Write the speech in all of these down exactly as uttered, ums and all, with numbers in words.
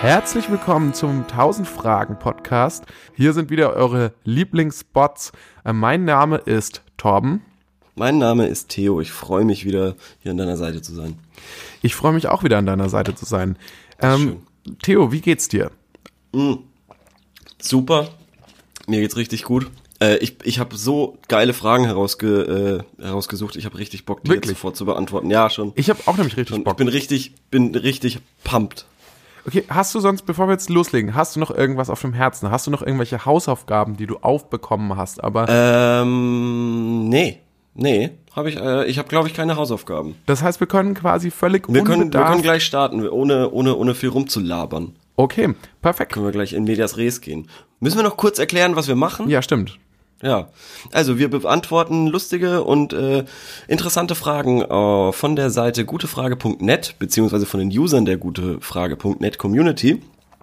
Herzlich willkommen zum tausend Fragen Podcast. Hier sind wieder eure Lieblingsspots. Äh, mein Name ist Torben. Mein Name ist Theo. Ich freue mich wieder, hier an deiner Seite zu sein. Ich freue mich auch wieder an deiner Seite zu sein. Ähm, Theo, wie geht's dir? Mm, super. Mir geht's richtig gut. Äh, ich ich habe so geile Fragen herausge, äh, herausgesucht. Ich habe richtig Bock, die Wirklich? jetzt sofort zu beantworten. Ja, schon. Ich habe auch nämlich richtig schon. Bock. Ich bin richtig, bin richtig pumped. Okay, hast du sonst, bevor wir jetzt loslegen, hast du noch irgendwas auf dem Herzen? Hast du noch irgendwelche Hausaufgaben, die du aufbekommen hast? Aber Ähm, nee. Nee, habe ich, äh, ich habe, glaube ich, keine Hausaufgaben. das heißt, wir können quasi völlig Wir können, wir unbedarft... können gleich starten, ohne, ohne, ohne viel rumzulabern. Okay, perfekt. Können wir gleich in Medias Res gehen. Müssen wir noch kurz erklären, was wir machen? Ja, stimmt. Ja, also wir beantworten lustige und äh, interessante Fragen äh, von der Seite gutefrage punkt net, beziehungsweise von den Usern der gutefrage punkt net Community.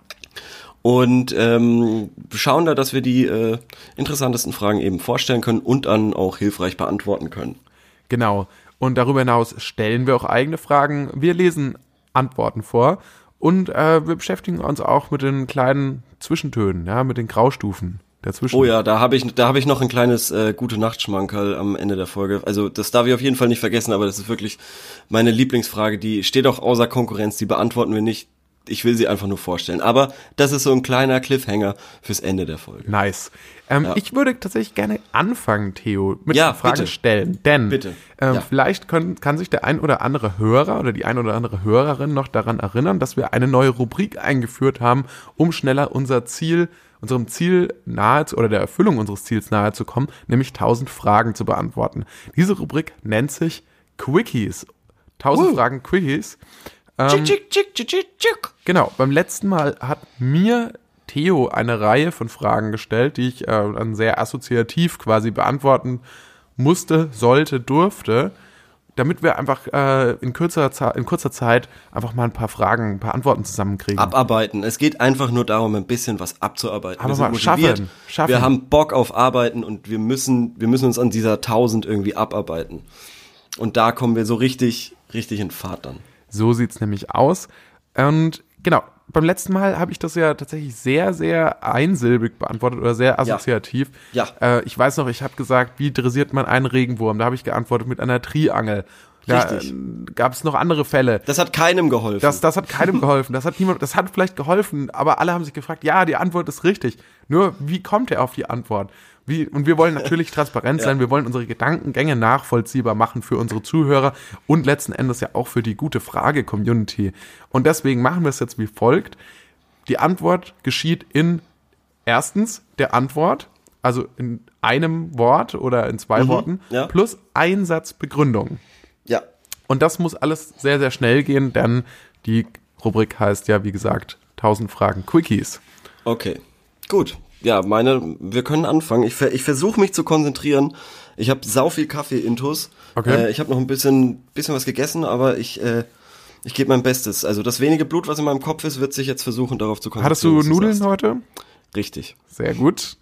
Und ähm, schauen da, dass wir die äh, interessantesten Fragen eben vorstellen können und dann auch hilfreich beantworten können. Genau. Und darüber hinaus stellen wir auch eigene Fragen. Wir lesen Antworten vor und äh, wir beschäftigen uns auch mit den kleinen Zwischentönen, ja, mit den Graustufen dazwischen. Oh ja, da habe ich da habe ich noch ein kleines äh, Gute-Nacht-Schmankerl am Ende der Folge. Also das darf ich auf jeden Fall nicht vergessen, aber das ist wirklich meine Lieblingsfrage. Die steht auch außer Konkurrenz, die beantworten wir nicht. Ich will sie einfach nur vorstellen. Aber das ist so ein kleiner Cliffhanger fürs Ende der Folge. Nice. Ähm, Ja. Ich würde tatsächlich gerne anfangen, Theo, mit Ja, den Fragen bitte. stellen. Denn Bitte. ähm, Ja. vielleicht können, kann sich der ein oder andere Hörer oder die ein oder andere Hörerin noch daran erinnern, dass wir eine neue Rubrik eingeführt haben, um schneller unser Ziel, unserem Ziel nahe zu, oder der Erfüllung unseres Ziels nahe zu kommen, nämlich tausend Fragen zu beantworten. Diese Rubrik nennt sich Quickies. tausend Uh. Fragen Quickies. Tschick, tschick, tschick, tschick, tschick, tschick. Genau, beim letzten Mal hat mir Theo eine Reihe von Fragen gestellt, die ich äh, dann sehr assoziativ quasi beantworten musste, sollte, durfte, damit wir einfach äh, in, kürzer, Ze- in kurzer Zeit einfach mal ein paar Fragen, ein paar Antworten zusammenkriegen. Abarbeiten. Es geht einfach nur darum, ein bisschen was abzuarbeiten. Aber wir sind mal motiviert. schaffen, schaffen. Wir haben Bock auf Arbeiten und wir müssen, wir müssen uns an dieser tausend irgendwie abarbeiten. Und da kommen wir so richtig, richtig in Fahrt dann. So sieht's nämlich aus. Und genau, beim letzten Mal habe ich das ja tatsächlich sehr, sehr einsilbig beantwortet oder sehr assoziativ. Ja. Äh, ich weiß noch, ich habe gesagt, wie dressiert man einen Regenwurm? Da habe ich geantwortet mit einer Triangel. Da Richtig. gab es noch andere Fälle. Das hat keinem geholfen. Das, das hat keinem geholfen. Das hat niemand, das hat vielleicht geholfen, aber alle haben sich gefragt, ja, die Antwort ist richtig. Nur, wie kommt er auf die Antwort? Wie, und wir wollen natürlich transparent sein, wir wollen unsere Gedankengänge nachvollziehbar machen für unsere Zuhörer und letzten Endes ja auch für die gute Frage-Community. Und deswegen machen wir es jetzt wie folgt. Die Antwort geschieht in erstens der Antwort, also in einem Wort oder in zwei Worten, ja. plus ein Satz Begründung. ja. Und das muss alles sehr, sehr schnell gehen, denn die Rubrik heißt ja, wie gesagt, tausend Fragen Quickies. Okay. Gut. Ja, meine, wir können anfangen. Ich, ver, ich versuche mich zu konzentrieren. Ich habe sau viel Kaffee-Intus. Okay. Äh, ich habe noch ein bisschen, bisschen was gegessen, aber ich, äh, ich gebe mein Bestes. Also das wenige Blut, was in meinem Kopf ist, wird sich jetzt versuchen, darauf zu konzentrieren. Hattest du was Nudeln sagst. heute? Richtig. Sehr gut.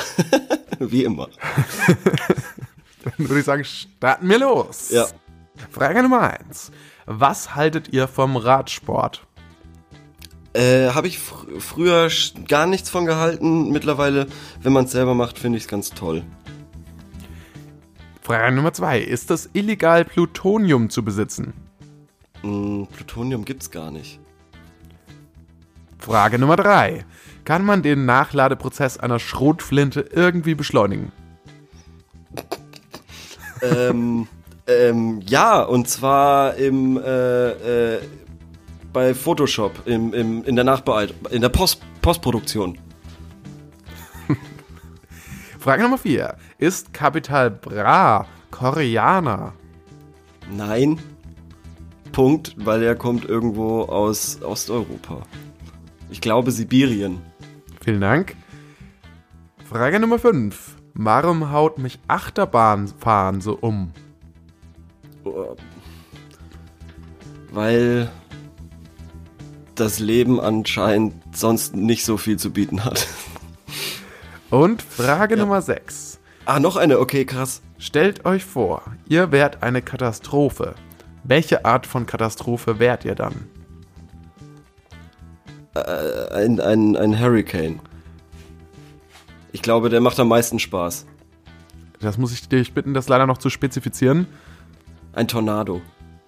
Wie immer. Dann würde ich sagen, starten wir los. Ja. Frage Nummer eins. Was haltet ihr vom Radsport? Äh, habe ich fr- früher sch- gar nichts von gehalten. Mittlerweile, wenn man es selber macht, finde ich es ganz toll. Frage Nummer zwei. Ist es illegal, Plutonium zu besitzen? Mm, Plutonium gibt's gar nicht. Frage Nummer drei. Kann man den Nachladeprozess einer Schrotflinte irgendwie beschleunigen? ähm, ähm, ja, und zwar im, äh, äh, bei Photoshop, im, im, in der Nachbearbeitung, in der Post, Postproduktion. Frage Nummer vier. Ist Capital Bra Koreaner? Nein. Punkt, weil er kommt irgendwo aus Osteuropa. Ich glaube Sibirien. Vielen Dank. Frage Nummer fünf. Warum haut mich Achterbahnfahren so um? Weil das Leben anscheinend sonst nicht so viel zu bieten hat. Und Frage Ja. Nummer sechs. Ah, noch eine, okay, krass. Stellt euch vor, ihr wärt eine Katastrophe. Welche Art von Katastrophe wärt ihr dann? Äh, ein, ein, ein Hurricane. Ich glaube, der macht am meisten Spaß. Das muss ich dich bitten, das leider noch zu spezifizieren. Ein Tornado.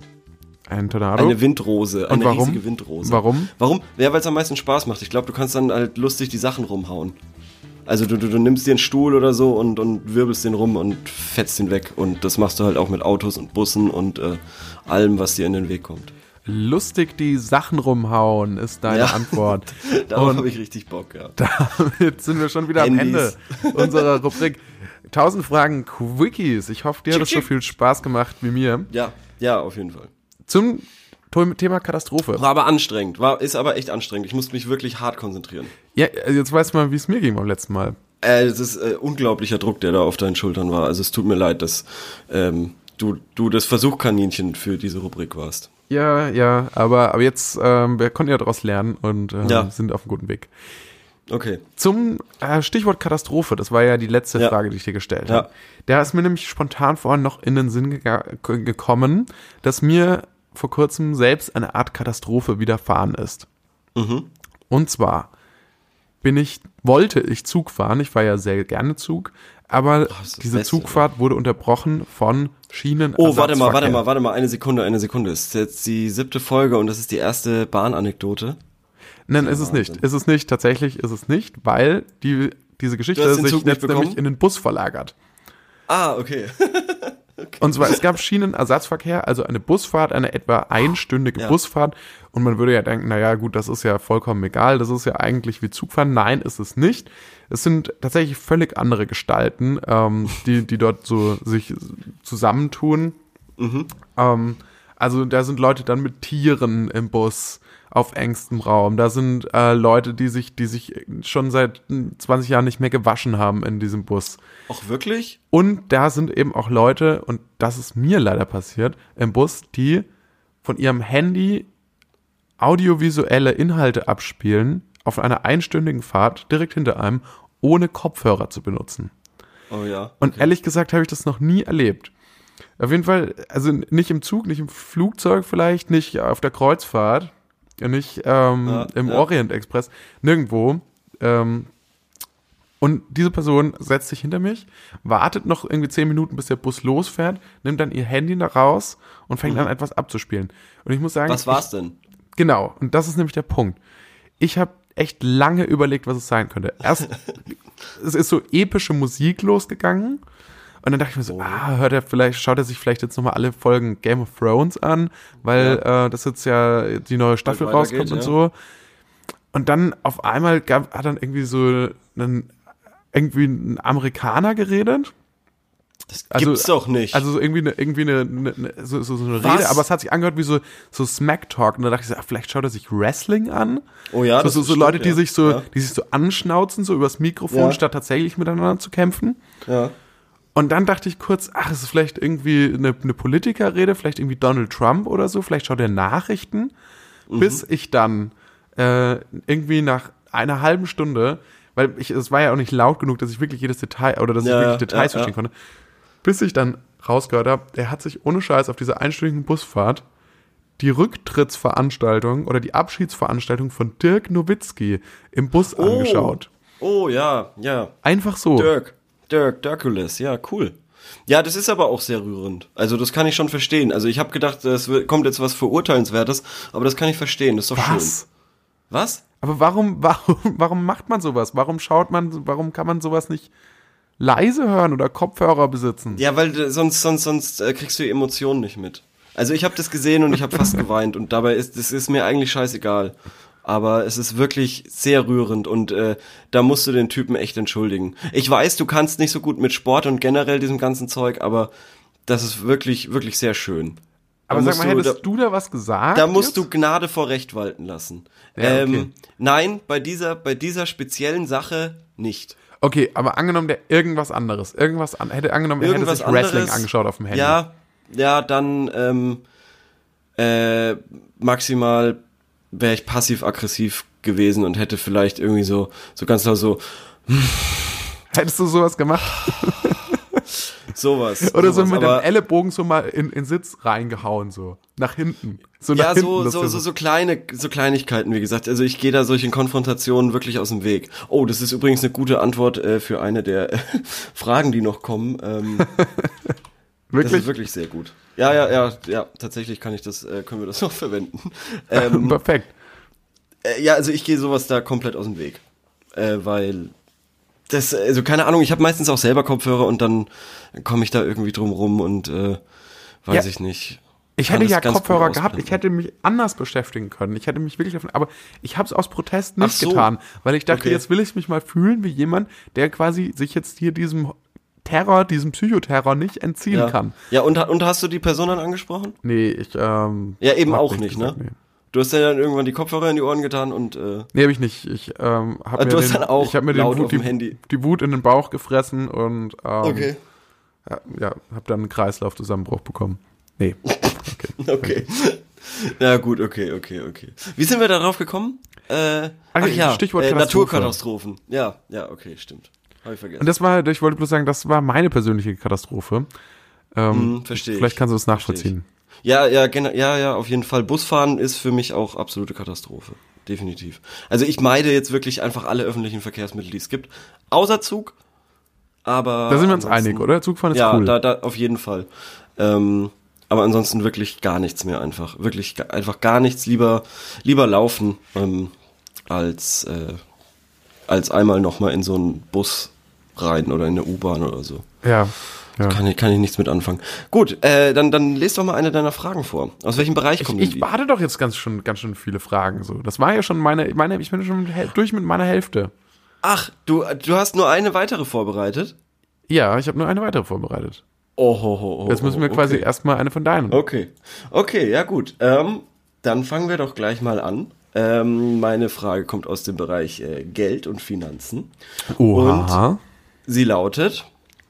Ein Tornado? Eine Windrose, eine Und warum? riesige Windrose. Warum? Warum? Ja, weil es am meisten Spaß macht. Ich glaube, du kannst dann halt lustig die Sachen rumhauen. Also du, du, du nimmst dir einen Stuhl oder so und, und wirbelst den rum und fetzt ihn weg. Und das machst du halt auch mit Autos und Bussen und äh, allem, was dir in den Weg kommt. Lustig die Sachen rumhauen, ist deine Ja. Antwort. Darauf habe ich richtig Bock, ja. Damit sind wir schon wieder am Handys. Ende unserer Rubrik tausend Fragen Quickies. Ich hoffe, dir hat Chip, es so chip. viel Spaß gemacht wie mir. Ja, ja, auf jeden Fall. Zum Thema Katastrophe. War aber anstrengend, war, ist aber echt anstrengend. Ich musste mich wirklich hart konzentrieren. Ja, jetzt weißt du mal, wie es mir ging beim letzten Mal. Äh, es ist äh, unglaublicher Druck, der da auf deinen Schultern war. Also es tut mir leid, dass ähm, du, du das Versuchkaninchen für diese Rubrik warst. Ja, ja, aber, aber jetzt, ähm, wir konnten ja daraus lernen und ähm, Ja. sind auf einem guten Weg. Okay. Zum äh, Stichwort Katastrophe, das war ja die letzte Ja. Frage, die ich dir gestellt Ja. habe. Da ist mir nämlich spontan vorhin noch in den Sinn gega- gekommen, dass mir vor kurzem selbst eine Art Katastrophe widerfahren ist. Mhm. Und zwar bin ich, wollte ich Zug fahren, ich fahre ja sehr gerne Zug, aber das ist das diese Beste, Zugfahrt wurde unterbrochen von Schienen. Oh, warte mal, warte mal, warte mal, eine Sekunde, eine Sekunde. Es ist jetzt die siebte Folge und das ist die erste Bahnanekdote. Nein, ist es nicht. Ist es nicht. Tatsächlich ist es nicht, weil die, diese Geschichte Du hast den sich Zug nicht jetzt nämlich bekommen? in den Bus verlagert. Ah, okay. Und zwar, es gab Schienenersatzverkehr, also eine Busfahrt, eine etwa einstündige Ja. Busfahrt. Und man würde ja denken, naja, gut, das ist ja vollkommen egal, das ist ja eigentlich wie Zugfahren. Nein, ist es nicht. Es sind tatsächlich völlig andere Gestalten, ähm, die, die dort so sich zusammentun. Mhm. Ähm, also da sind Leute dann mit Tieren im Bus auf engstem Raum. Da sind äh, Leute, die sich, die sich schon seit zwanzig Jahren nicht mehr gewaschen haben in diesem Bus. Auch wirklich? Und da sind eben auch Leute, und das ist mir leider passiert, im Bus, die von ihrem Handy audiovisuelle Inhalte abspielen, auf einer einstündigen Fahrt direkt hinter einem, ohne Kopfhörer zu benutzen. Oh ja. Und okay. ehrlich gesagt habe ich das noch nie erlebt. Auf jeden Fall, also nicht im Zug, nicht im Flugzeug vielleicht, nicht auf der Kreuzfahrt, nicht ähm, Ja, im ja. Orient Express, nirgendwo. Ähm, und diese Person setzt sich hinter mich, wartet noch irgendwie zehn Minuten, bis der Bus losfährt, nimmt dann ihr Handy da raus und fängt Mhm. an, etwas abzuspielen. Und ich muss sagen, Was war's denn? ich, genau, und das ist nämlich der Punkt. Ich habe echt lange überlegt, was es sein könnte. Erst, es ist so epische Musik losgegangen. Und dann dachte ich mir so, Oh. ah, hört er vielleicht, schaut er sich vielleicht jetzt nochmal alle Folgen Game of Thrones an, weil äh, das jetzt ja die neue Staffel Bald rauskommt weitergeht, und ja. so. Und dann auf einmal gab, hat dann irgendwie so einen, irgendwie ein Amerikaner geredet. Das Also- gibt's doch nicht. Also so irgendwie eine, irgendwie eine, eine, eine so, so so eine Was? Rede, aber es hat sich angehört wie so, so Smack-Talk. Und da dachte ich so, ach, vielleicht schaut er sich Wrestling an. oh ja, so, das so, ist so stimmt, Leute, die ja. sich so, Ja. die sich so anschnauzen, so übers Mikrofon, Ja. statt tatsächlich miteinander zu kämpfen. Ja. Und dann dachte ich kurz, ach, es ist vielleicht irgendwie eine, eine Politikerrede, vielleicht irgendwie Donald Trump oder so, vielleicht schaut er Nachrichten, Mhm. bis ich dann äh, irgendwie nach einer halben Stunde, weil ich, es war ja auch nicht laut genug, dass ich wirklich jedes Detail oder dass Ja, ich wirklich Details ja, verstehen ja. konnte, bis ich dann rausgehört habe, der hat sich ohne Scheiß auf dieser einstündigen Busfahrt die Rücktrittsveranstaltung oder die Abschiedsveranstaltung von Dirk Nowitzki im Bus Oh. angeschaut. Oh ja, ja. Einfach so. Dirk. Dirk, Dirkules, ja, cool. Ja, das ist aber auch sehr rührend. Also das kann ich schon verstehen. Also ich habe gedacht, es wird- kommt jetzt was Verurteilenswertes, aber das kann ich verstehen, das ist doch Was? schön. Was? Aber warum, warum, warum macht man sowas? Warum schaut man, warum kann man sowas nicht leise hören oder Kopfhörer besitzen? Ja, weil äh, sonst, sonst, sonst äh, kriegst du die Emotionen nicht mit. Also ich habe das gesehen und ich habe fast geweint und dabei ist, das ist mir eigentlich scheißegal. Aber es ist wirklich sehr rührend und äh, da musst du den Typen echt entschuldigen. Ich weiß, du kannst nicht so gut mit Sport und generell diesem ganzen Zeug, aber das ist wirklich, wirklich sehr schön. Da Aber sag musst mal, du- hättest da, du da was gesagt? da musst jetzt? du Gnade vor Recht walten lassen. Ja, okay. ähm, nein, bei dieser, bei dieser speziellen Sache nicht. Okay, aber angenommen, der irgendwas anderes, irgendwas an, hätte angenommen, er hätte Irgendwas sich Wrestling anderes, angeschaut auf dem Handy. Ja, ja, dann ähm, äh, maximal wäre ich passiv-aggressiv gewesen und hätte vielleicht irgendwie so, so ganz laut so, Hättest du sowas gemacht? Sowas. Oder so sowas, mit dem aber- Ellenbogen so mal in in Sitz reingehauen, so. Nach hinten. So nach Ja, hinten. so, dass so, wir so, so kleine, so Kleinigkeiten, wie gesagt. Also ich gehe da solchen Konfrontationen wirklich aus dem Weg. Oh, das ist übrigens eine gute Antwort äh, für eine der äh, Fragen, die noch kommen. Ähm, Wirklich? Das ist wirklich sehr gut. Ja, ja, ja, ja, tatsächlich kann ich das, äh, können wir das noch verwenden. Ähm, Perfekt. äh, ja, also ich gehe sowas da komplett aus dem Weg. Äh, weil das, also keine Ahnung, ich habe meistens auch selber Kopfhörer und dann komme ich da irgendwie drum rum und äh, weiß Ja. ich nicht. Ich Kann hätte das ja ganz gut Kopfhörer gehabt, ausblenden. ich hätte mich anders beschäftigen können. Ich hätte mich wirklich davon, aber ich habe es aus Protest nicht Ach so. getan, weil ich dachte, Okay. jetzt will ich mich mal fühlen wie jemand, der quasi sich jetzt hier diesem Terror, diesem Psychoterror nicht entziehen Ja, kann. ja und, und hast du die Person dann angesprochen? Nee, ich, ähm. Ja, eben hab auch nicht, gesagt, ne? Nee, Du hast ja dann irgendwann die Kopfhörer in die Ohren getan und äh, nee habe ich nicht. Ich, ähm, hab Ah, mir du hast den, dann auch ich hab mir den laut Wut, auf dem die, Handy. die Wut in den Bauch gefressen und, ähm. okay. Ja, ja, hab dann einen Kreislaufzusammenbruch bekommen. Nee. Okay. Okay. Na gut, okay, okay, okay. Wie sind wir darauf gekommen? Äh, ach Okay, ja, Stichwort äh, Katastrophe. Naturkatastrophen. Ja, ja, okay, stimmt. Habe ich vergessen. Und das war, ich wollte bloß sagen, das war meine persönliche Katastrophe. Ähm, Hm, verstehe ich. Vielleicht kannst du das Verstehe nachvollziehen. Ja, ja, genau, ja, ja, auf jeden Fall. Busfahren ist für mich auch absolute Katastrophe. Definitiv. Also ich meide jetzt wirklich einfach alle öffentlichen Verkehrsmittel, die es gibt. Außer Zug. Aber. Da sind wir uns ansonsten- einig, oder? Zugfahren ist ja, cool. da, da, auf jeden Fall. Ähm, aber ansonsten wirklich gar nichts mehr einfach. Wirklich ga- einfach gar nichts. Lieber, lieber laufen, ähm, als, äh, als einmal nochmal in so einen Bus rein oder in eine U-Bahn oder so. Ja. ja. Kann ich, kann ich nichts mit anfangen. Gut, äh, dann, dann lest doch mal eine deiner Fragen vor. Aus welchem Bereich Ich, kommen denn ich die? warte doch jetzt ganz schon, ganz schön viele Fragen so. Das war ja schon meine, meine ich bin schon hel- durch mit meiner Hälfte. Ach, du, du hast nur eine weitere vorbereitet? Ja, ich habe nur eine weitere vorbereitet. Oh, ho, ho, ho, Jetzt müssen wir oh, quasi okay. erstmal eine von deinen. Okay, okay, ja gut. Ähm, dann fangen wir doch gleich mal an. Ähm, meine Frage kommt aus dem Bereich äh, Geld und Finanzen. Oha. Sie lautet,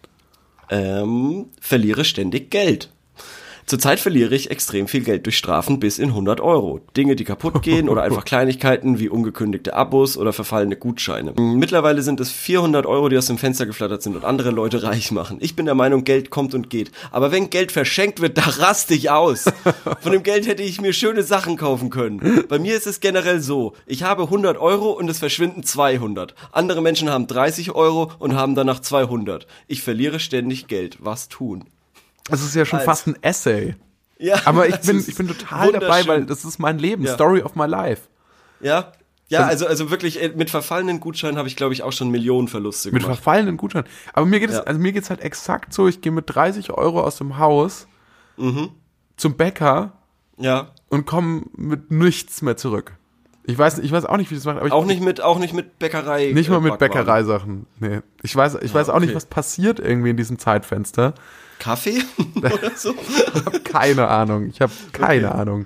ähm, verliere ständig Geld. Zurzeit verliere ich extrem viel Geld durch Strafen bis in hundert Euro. Dinge, die kaputt gehen oder einfach Kleinigkeiten wie ungekündigte Abos oder verfallene Gutscheine. Mittlerweile sind es vierhundert Euro, die aus dem Fenster geflattert sind und andere Leute reich machen. Ich bin der Meinung, Geld kommt und geht. Aber wenn Geld verschenkt wird, da raste ich aus. Von dem Geld hätte ich mir schöne Sachen kaufen können. Bei mir ist es generell so, ich habe hundert Euro und es verschwinden zweihundert. Andere Menschen haben dreißig Euro und haben danach zweihundert. Ich verliere ständig Geld. Was tun? Das ist ja schon Also- fast ein Essay. Ja, Aber ich das bin, ist ich bin total dabei, wunderschön. weil das ist mein Leben. Ja. Story of my life. Ja, ja, also also wirklich äh, mit verfallenen Gutscheinen habe ich glaube ich auch schon Millionen Verluste Mit gemacht. verfallenen Gutscheinen. Aber mir geht es, Ja. also mir geht's halt exakt so, ich gehe mit dreißig Euro aus dem Haus Mhm. zum Bäcker Ja, und komme mit nichts mehr zurück. Ich weiß, ich weiß auch nicht, wie das macht, aber ich, auch nicht mit auch nicht mit Bäckerei. nicht mal äh, mit Backwaren. Bäckereisachen. Nee. Ich weiß, ich weiß auch nicht, okay. was passiert irgendwie in diesem Zeitfenster. Kaffee oder so. Ich habe keine Ahnung. Ich habe keine Okay. Ahnung.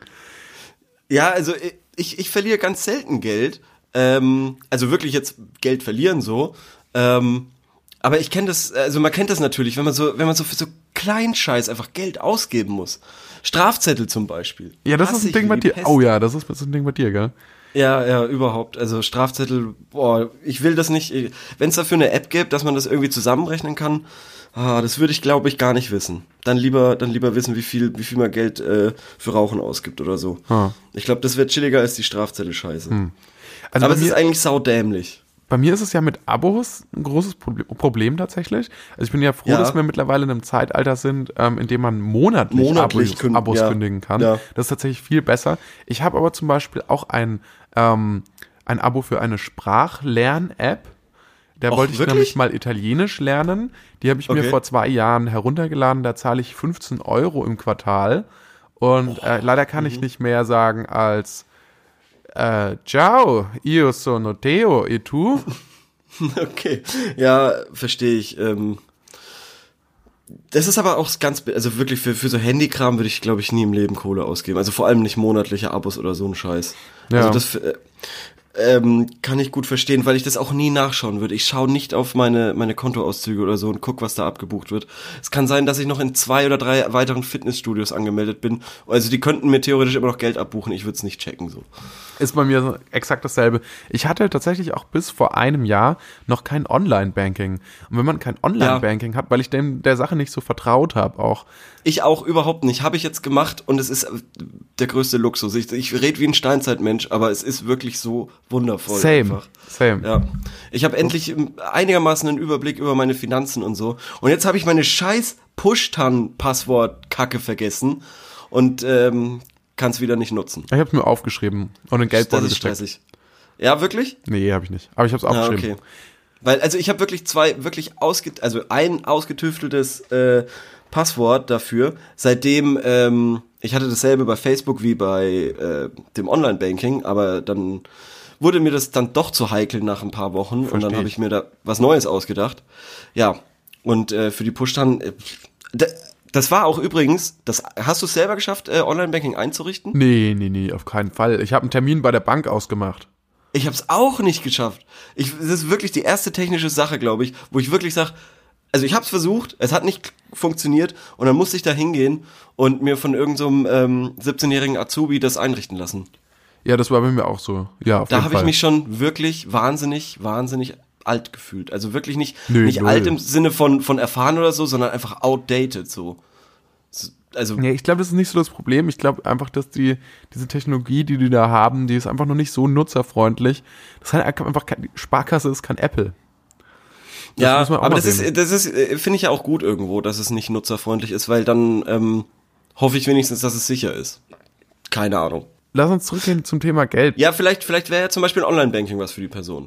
Ja, also ich ich verliere ganz selten Geld. Ähm, also wirklich jetzt Geld verlieren so. Ähm, aber ich kenne das, also man kennt das natürlich, wenn man so, wenn man so für so kleinen Scheiß einfach Geld ausgeben muss. Strafzettel zum Beispiel. Ja, das Hasse ist ein ich Ding wie bei die dir. Pest. Oh ja, das ist, das ist ein Ding bei dir, gell? Ja, ja, überhaupt. Also Strafzettel, boah, ich will das nicht, wenn es dafür eine App gibt, dass man das irgendwie zusammenrechnen kann, ah, das würde ich, glaube ich, gar nicht wissen. Dann lieber, dann lieber wissen, wie viel, wie viel man Geld äh, für Rauchen ausgibt oder so. Ah. Ich glaube, das wird chilliger als die Strafzettel-Scheiße. Also Aber bei es ist mir, eigentlich saudämlich. bei mir ist es ja mit Abos ein großes Problem, Problem tatsächlich. Also ich bin ja froh, Ja. dass wir mittlerweile in einem Zeitalter sind, ähm, in dem man monatlich, Monatlich Abos, kün- Abos ja. kündigen kann. Ja. Das ist tatsächlich viel besser. Ich habe aber zum Beispiel auch ein, ähm, ein Abo für eine Sprachlern-App. Da Och, wollte ich wirklich? nämlich mal Italienisch lernen. Die habe ich mir Okay. vor zwei Jahren heruntergeladen. Da zahle ich fünfzehn Euro im Quartal. Und äh, leider kann Mhm. ich nicht mehr sagen als äh, Ciao, io sono Teo, e tu? Okay, ja, verstehe ich. Ähm, das ist aber auch ganz, also wirklich für, für so Handykram würde ich, glaube ich, nie im Leben Kohle ausgeben. Also vor allem nicht monatliche Abos oder so ein Scheiß. Ja. Also das, äh, Ähm, kann ich gut verstehen, weil ich das auch nie nachschauen würde. Ich schaue nicht auf meine meine Kontoauszüge oder so und guck, was da abgebucht wird. Es kann sein, dass ich noch in zwei oder drei weiteren Fitnessstudios angemeldet bin. Also die könnten mir theoretisch immer noch Geld abbuchen. Ich würde es nicht checken so. Ist bei mir so exakt dasselbe. Ich hatte tatsächlich auch bis vor einem Jahr noch kein Online-Banking. Und wenn man kein Online-Banking ja. hat, weil ich dem der Sache nicht so vertraut habe auch. Ich auch überhaupt nicht. Habe ich jetzt gemacht und es ist der größte Luxus. Ich, ich rede wie ein Steinzeitmensch, aber es ist wirklich so wundervoll. Same, einfach. same. Ja. Ich habe endlich einigermaßen einen Überblick über meine Finanzen und so. Und jetzt habe ich meine scheiß Push-Tan-Passwort-Kacke vergessen und ähm, kann es wieder nicht nutzen. Ich habe es mir aufgeschrieben und in Geldbeutel gesteckt. Das ist stressig. Ja, wirklich? Nee, habe ich nicht. Aber ich habe es aufgeschrieben. Ja, okay. Weil, also ich habe wirklich zwei, wirklich ausge, also ein ausgetüfteltes äh, Passwort dafür. Seitdem, ähm, ich hatte dasselbe bei Facebook wie bei äh, dem Online-Banking, aber dann wurde mir das dann doch zu heikel nach ein paar Wochen. Verstehe. Und dann habe ich mir da was Neues ausgedacht. Ja, und äh, für die Push-Tan, äh, das war auch übrigens, das hast du es selber geschafft, äh, Online-Banking einzurichten? Nee, nee, nee, auf keinen Fall. Ich habe einen Termin bei der Bank ausgemacht. Ich habe es auch nicht geschafft. Ich, das ist wirklich die erste technische Sache, glaube ich, wo ich wirklich sage, also ich habe es versucht, es hat nicht funktioniert und dann musste ich da hingehen und mir von irgendeinem so ähm, siebzehnjährigen Azubi das einrichten lassen. Ja, das war bei mir auch so. Ja, auf da jeden habe Fall. ich mich schon wirklich wahnsinnig, wahnsinnig alt gefühlt. Also wirklich nicht, Nö, nicht null. alt im Sinne von, von erfahren oder so, sondern einfach outdated so. Also ja, ich glaube, das ist nicht so das Problem. Ich glaube einfach, dass die diese Technologie, die die da haben, die ist einfach noch nicht so nutzerfreundlich. Das ist halt einfach kein, Sparkasse ist kein Apple. Das ja, muss man auch aber mal das sehen. ist, das ist, finde ich ja auch gut irgendwo, dass es nicht nutzerfreundlich ist, weil dann ähm, hoffe ich wenigstens, dass es sicher ist. Keine Ahnung. Lass uns zurückgehen zum Thema Geld. Ja, vielleicht, vielleicht wäre ja zum Beispiel ein Online-Banking was für die Person.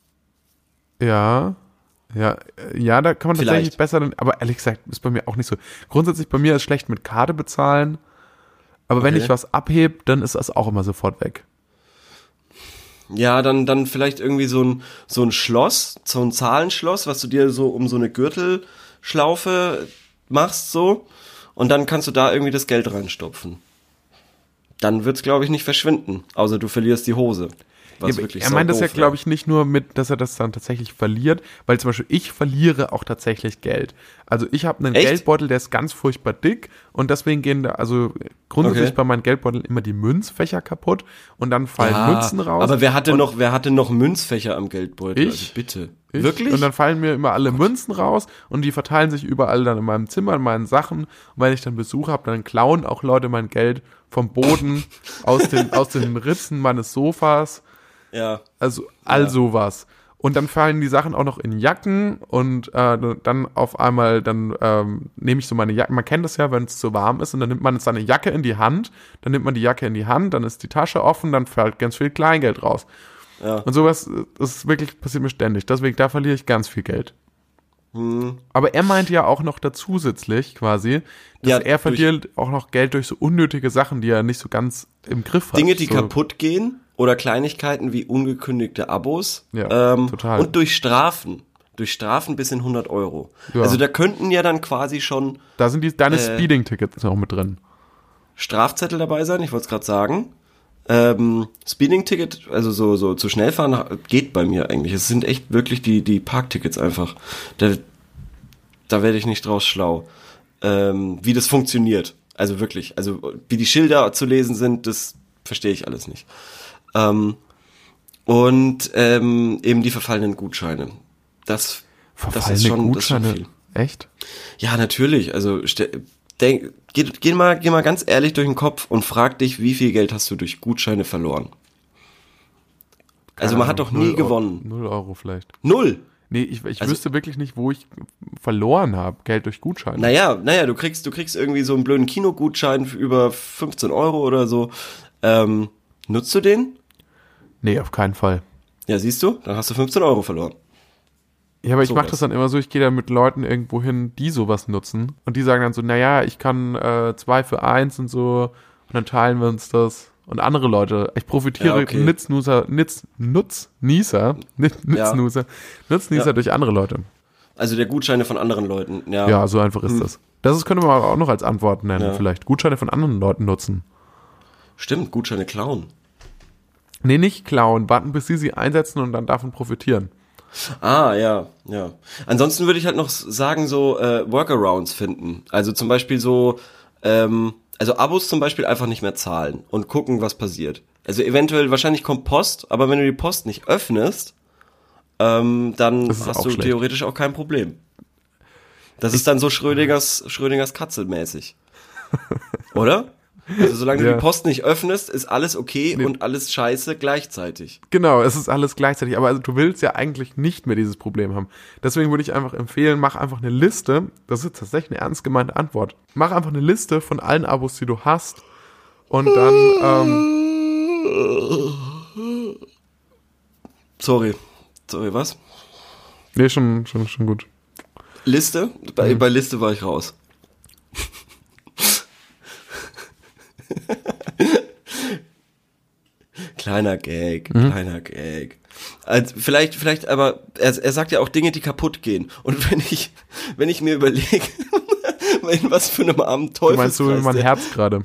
Ja, ja, ja, da kann man tatsächlich Vielleicht. besser, aber ehrlich gesagt, ist bei mir auch nicht so. Grundsätzlich bei mir ist schlecht mit Karte bezahlen, aber wenn Okay. ich was abhebe, dann ist das auch immer sofort weg. Ja, dann, dann vielleicht irgendwie so ein, so ein Schloss, so ein Zahlenschloss, was du dir so um so eine Gürtelschlaufe machst, so. Und dann kannst du da irgendwie das Geld reinstopfen. Dann wird's, glaube ich, nicht verschwinden. Außer du verlierst die Hose. Was Ja, wirklich er meint das ja, saudoof glaube wäre. ich, nicht nur mit, dass er das dann tatsächlich verliert, weil zum Beispiel ich verliere auch tatsächlich Geld. Also ich habe einen Echt? Geldbeutel, der ist ganz furchtbar dick und deswegen gehen da, also grundsätzlich Okay. bei meinen Geldbeuteln immer die Münzfächer kaputt und dann fallen Ja, Münzen raus. aber wer hatte und noch, wer hatte noch Münzfächer am Geldbeutel? Ich? Also bitte. Ich, Wirklich? Und dann fallen mir immer alle Münzen raus und die verteilen sich überall dann in meinem Zimmer, in meinen Sachen. Und wenn ich dann Besuch habe, dann klauen auch Leute mein Geld vom Boden, aus den, aus den Ritzen meines Sofas. ja. Also all sowas. Und dann fallen die Sachen auch noch in Jacken und äh, dann auf einmal, dann ähm, nehme ich so meine Jacke, man kennt das ja, wenn es zu warm ist und dann nimmt man seine Jacke in die Hand, dann nimmt man die Jacke in die Hand, dann ist die Tasche offen, dann fällt ganz viel Kleingeld raus. Ja. Und sowas, das ist wirklich, passiert mir ständig. Deswegen, da verliere ich ganz viel Geld. Hm. Aber er meinte ja auch noch da zusätzlich quasi, dass Ja, er verliert auch noch Geld durch so unnötige Sachen, die er nicht so ganz im Griff hat. Dinge, die so. kaputt gehen oder Kleinigkeiten wie ungekündigte Abos Ja, ähm, total. und durch Strafen. Durch Strafen bis in hundert Euro. Ja. Also da könnten ja dann quasi schon Da sind die, deine Äh, Speeding-Tickets noch mit drin. Strafzettel dabei sein, ich wollte es gerade sagen. Ähm, Speeding-Ticket, also so, so zu schnell fahren, geht bei mir eigentlich. Es sind echt wirklich die, die Parktickets einfach. Da, da werde ich nicht draus schlau. Ähm, wie das funktioniert. Also wirklich. Also wie die Schilder zu lesen sind, das verstehe ich alles nicht. Ähm, und ähm, eben die verfallenen Gutscheine. Das, das Verfallene ist schon, Gutscheine. das ist schon viel. Echt? Ja, natürlich. Also ste- denk, geh, geh, mal, geh mal ganz ehrlich durch den Kopf und frag dich, wie viel Geld hast du durch Gutscheine verloren? Also man hat doch nie Null gewonnen. Euro, null Euro vielleicht. Null. Nee, ich, ich Also- wüsste wirklich nicht, wo ich verloren habe. Geld durch Gutscheine. Naja, naja, du kriegst, du kriegst irgendwie so einen blöden Kinogutschein für über fünfzehn Euro oder so. Ähm, nutzt du den? Nee, auf keinen Fall. Ja, siehst du, dann hast du fünfzehn Euro verloren. Ja, aber ich Sowas. mache das dann immer so, ich gehe da mit Leuten irgendwo hin, die sowas nutzen. Und die sagen dann so, naja, ich kann äh, zwei für eins und so. Und dann teilen wir uns das. Und andere Leute, ich profitiere Ja, okay. Nutznießer, Nutz, Nutznießer, Nutznießer, Nutznießer Ja. durch andere Leute. Also der Gutscheine von anderen Leuten. Ja, Ja, so einfach ist das. Das ist, könnte man aber auch noch als Antwort nennen, Ja. vielleicht. Gutscheine von anderen Leuten nutzen. Stimmt, Gutscheine klauen. Nee, nicht klauen, warten, bis sie sie einsetzen und dann davon profitieren. Ah, ja, ja. Ansonsten würde ich halt noch sagen, so äh, Workarounds finden. Also zum Beispiel so, ähm, also Abos zum Beispiel einfach nicht mehr zahlen und gucken, was passiert. Also eventuell, wahrscheinlich kommt Post, aber wenn du die Post nicht öffnest, ähm, dann hast du schlecht. theoretisch auch kein Problem. Das ist dann so Schrödingers, Schrödingers Katze mäßig. Oder? Also solange Ja. du die Post nicht öffnest, ist alles okay Nee. und alles scheiße gleichzeitig. Genau, es ist alles gleichzeitig, aber also du willst ja eigentlich nicht mehr dieses Problem haben. Deswegen würde ich einfach empfehlen, mach einfach eine Liste, das ist tatsächlich eine ernst gemeinte Antwort, mach einfach eine Liste von allen Abos, die du hast und dann, ähm, Sorry. Sorry, was? nee, schon, schon, schon gut. Liste? Bei, mhm. bei Liste war ich raus. Kleiner Gag, mhm. kleiner Gag. Also vielleicht, vielleicht, aber er, er sagt ja auch Dinge, die kaputt gehen. Und wenn ich, wenn ich mir überlege, in was für einem armen Teufelskreis. Du meinst so in mein der, Herz gerade.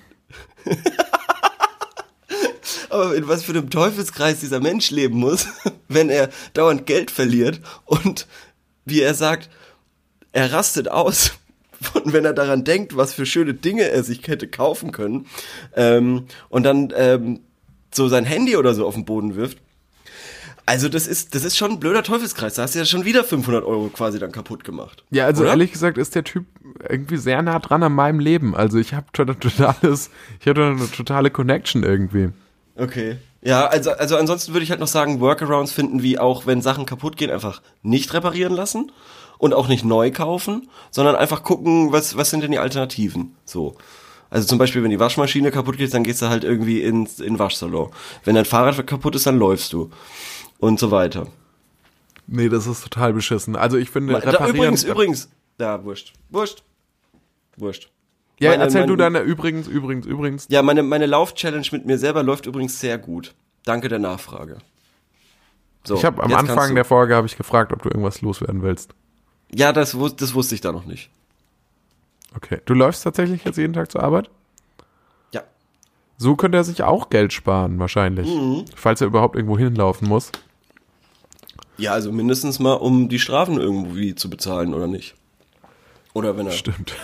Aber in was für einem Teufelskreis dieser Mensch leben muss, wenn er dauernd Geld verliert und wie er sagt, er rastet aus. Und wenn er daran denkt, was für schöne Dinge er sich hätte kaufen können, ähm, und dann ähm, so sein Handy oder so auf den Boden wirft. Also das ist das ist schon ein blöder Teufelskreis. Da hast du ja schon wieder fünfhundert Euro quasi dann kaputt gemacht. Ja, also oder? Ehrlich gesagt ist der Typ irgendwie sehr nah dran an meinem Leben. Also ich habe totales, ich hatte eine totale Connection irgendwie. Okay. Ja, also also ansonsten würde ich halt noch sagen, Workarounds finden, wie auch wenn Sachen kaputt gehen, einfach nicht reparieren lassen. Und auch nicht neu kaufen, sondern einfach gucken, was was sind denn die Alternativen, so. Also zum Beispiel, wenn die Waschmaschine kaputt geht, dann gehst du halt irgendwie ins in den Waschsalon. Wenn dein Fahrrad kaputt ist, dann läufst du. Und so weiter. Nee, das ist total beschissen. Also ich finde, da, reparieren... Übrigens, übrigens, ja, wurscht, wurscht, wurscht. Ja, meine, erzähl meine, du deine, übrigens, übrigens, übrigens. Ja, meine, meine Lauf-Challenge mit mir selber läuft übrigens sehr gut. Danke der Nachfrage. So, ich habe am Anfang der Folge habe ich gefragt, ob du irgendwas loswerden willst. Ja, das, das wusste ich da noch nicht. Okay. Du läufst tatsächlich jetzt jeden Tag zur Arbeit? Ja. So könnte er sich auch Geld sparen, wahrscheinlich. Mhm. Falls er überhaupt irgendwo hinlaufen muss. Ja, also mindestens mal, um die Strafen irgendwie zu bezahlen, oder nicht? Oder wenn er Stimmt.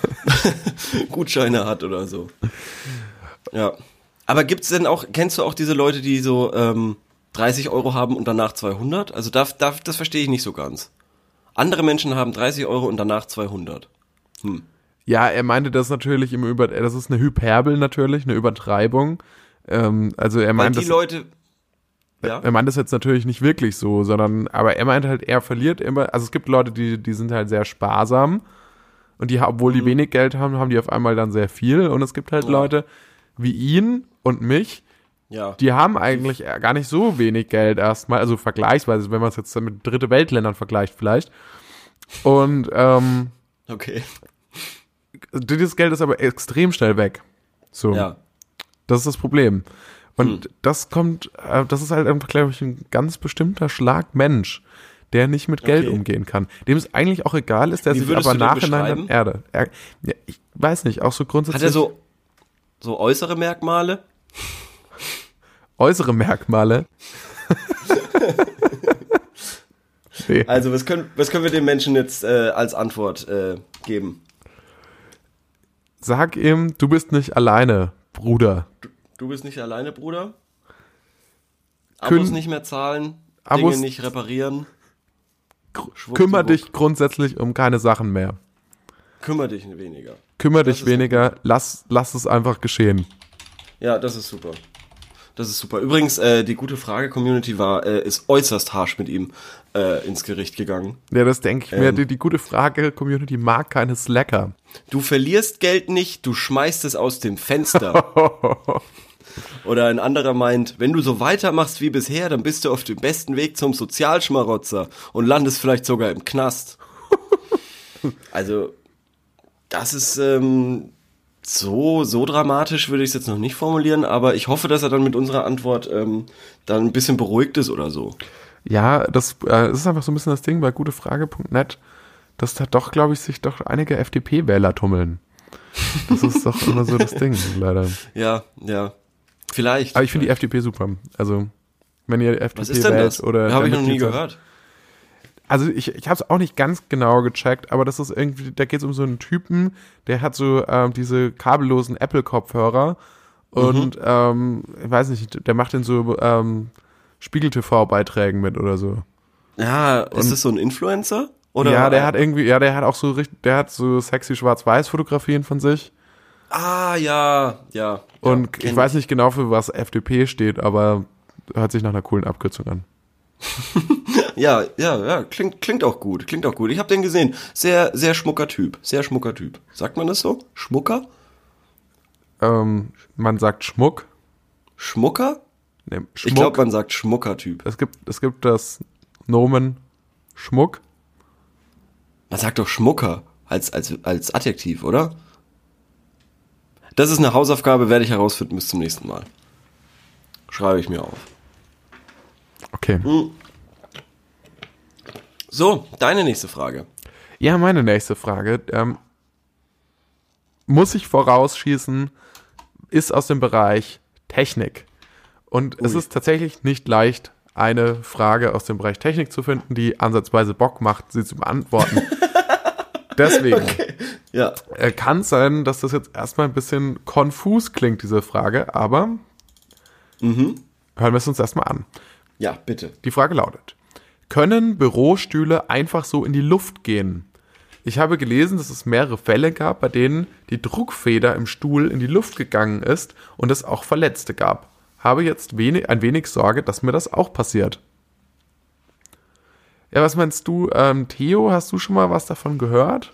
Gutscheine hat oder so. Ja. Aber gibt's denn auch, kennst du auch diese Leute, die so ähm, dreißig Euro haben und danach zweihundert? Also da, da, das verstehe ich nicht so ganz. Andere Menschen haben dreißig Euro und danach zweihundert. Hm. Ja, er meinte das natürlich im Über... Das ist eine Hyperbel natürlich, eine Übertreibung. Ähm, also er meint Weil die das, Leute... Ja? Er meint das jetzt natürlich nicht wirklich so, sondern... Aber er meint halt, er verliert immer... Also es gibt Leute, die, die sind halt sehr sparsam. Und die, obwohl die mhm. wenig Geld haben, haben die auf einmal dann sehr viel. Und es gibt halt ja. Leute wie ihn und mich, ja. die haben eigentlich gar nicht so wenig Geld erstmal. Also vergleichsweise, wenn man es jetzt mit dritte Weltländern vergleicht vielleicht. Und... ähm Okay. Dieses Geld ist aber extrem schnell weg. So. Ja. Das ist das Problem. Und hm. das kommt, das ist halt einfach, glaube ich, ein ganz bestimmter Schlag Mensch, der nicht mit Geld okay. umgehen kann. Dem es eigentlich auch egal ist, der Wie sich aber nachhinein dann Erde. Er, ja, ich weiß nicht, auch so grundsätzlich. Hat er so, so äußere Merkmale? Äußere Merkmale? Nee. Also, was können, was können wir dem Menschen jetzt äh, als Antwort äh, geben? Sag ihm, du bist nicht alleine, Bruder. Du, du bist nicht alleine, Bruder? Abos Kün- nicht mehr zahlen, Abos Dinge nicht reparieren. Kümmer dich grundsätzlich um keine Sachen mehr. Kümmer dich weniger. Kümmer dich weniger, lass, lass es einfach geschehen. Ja, das ist super. Das ist super. Übrigens, äh, die gute Frage-Community war, äh, ist äußerst harsch mit ihm äh, ins Gericht gegangen. Ja, das denke ich ähm, mir. Die, die gute Frage-Community mag keine Slacker. Du verlierst Geld nicht, du schmeißt es aus dem Fenster. Oder ein anderer meint, wenn du so weitermachst wie bisher, dann bist du auf dem besten Weg zum Sozialschmarotzer und landest vielleicht sogar im Knast. Also, das ist... Ähm, So, so dramatisch würde ich es jetzt noch nicht formulieren, aber ich hoffe, dass er dann mit unserer Antwort ähm, dann ein bisschen beruhigt ist oder so. Ja, das, äh, das ist einfach so ein bisschen das Ding bei gutefrage punkt net, dass da doch, glaube ich, sich doch einige F D P-Wähler tummeln. Das ist doch immer so das Ding, leider. Ja, ja. Vielleicht. Aber ich finde die F D P super. Also, wenn ihr F D P Was ist denn wählt das? oder. Habe ich noch nie Mitglied seid- gehört. Also ich, ich habe es auch nicht ganz genau gecheckt, aber das ist irgendwie, da geht es um so einen Typen, der hat so ähm, diese kabellosen Apple-Kopfhörer und Mhm. ähm, ich weiß nicht, der macht in so ähm, Spiegel-T V-Beiträgen mit oder so. Ja, ist Und- das so ein Influencer? Oder? Ja, der hat irgendwie, ja, der hat auch so richtig, der hat so sexy Schwarz-Weiß-Fotografien von sich Ah, ja, ja. und ja, ich kenn weiß nicht genau, für was F D P steht, aber hört sich nach einer coolen Abkürzung an. Ja, ja, ja, klingt, klingt auch gut, klingt auch gut. Ich habe den gesehen. Sehr, sehr schmucker Typ, sehr schmucker Typ. Sagt man das so? Schmucker? Ähm, man sagt Schmuck. Schmucker? Nee, Ich Schmuck. glaube, man sagt Schmucker-Typ. Es gibt, es gibt das Nomen Schmuck. Man sagt doch Schmucker als, als, als Adjektiv, oder? Das ist eine Hausaufgabe, werde ich herausfinden bis zum nächsten Mal. Schreibe ich mir auf. Okay. So, deine nächste Frage. Ja, meine nächste Frage. Ähm, muss ich vorausschießen, ist aus dem Bereich Technik. Und es Ui. ist tatsächlich nicht leicht, eine Frage aus dem Bereich Technik zu finden, die ansatzweise Bock macht, sie zu beantworten. Deswegen Ja. äh, kann es sein, dass das jetzt erstmal ein bisschen konfus klingt, diese Frage, aber Mhm. hören wir es uns erstmal an. Ja, bitte. Die Frage lautet: Können Bürostühle einfach so in die Luft gehen? Ich habe gelesen, dass es mehrere Fälle gab, bei denen die Druckfeder im Stuhl in die Luft gegangen ist und es auch Verletzte gab. Habe jetzt wenig, ein wenig Sorge, dass mir das auch passiert. Ja, was meinst du, ähm, Theo? Hast du schon mal was davon gehört?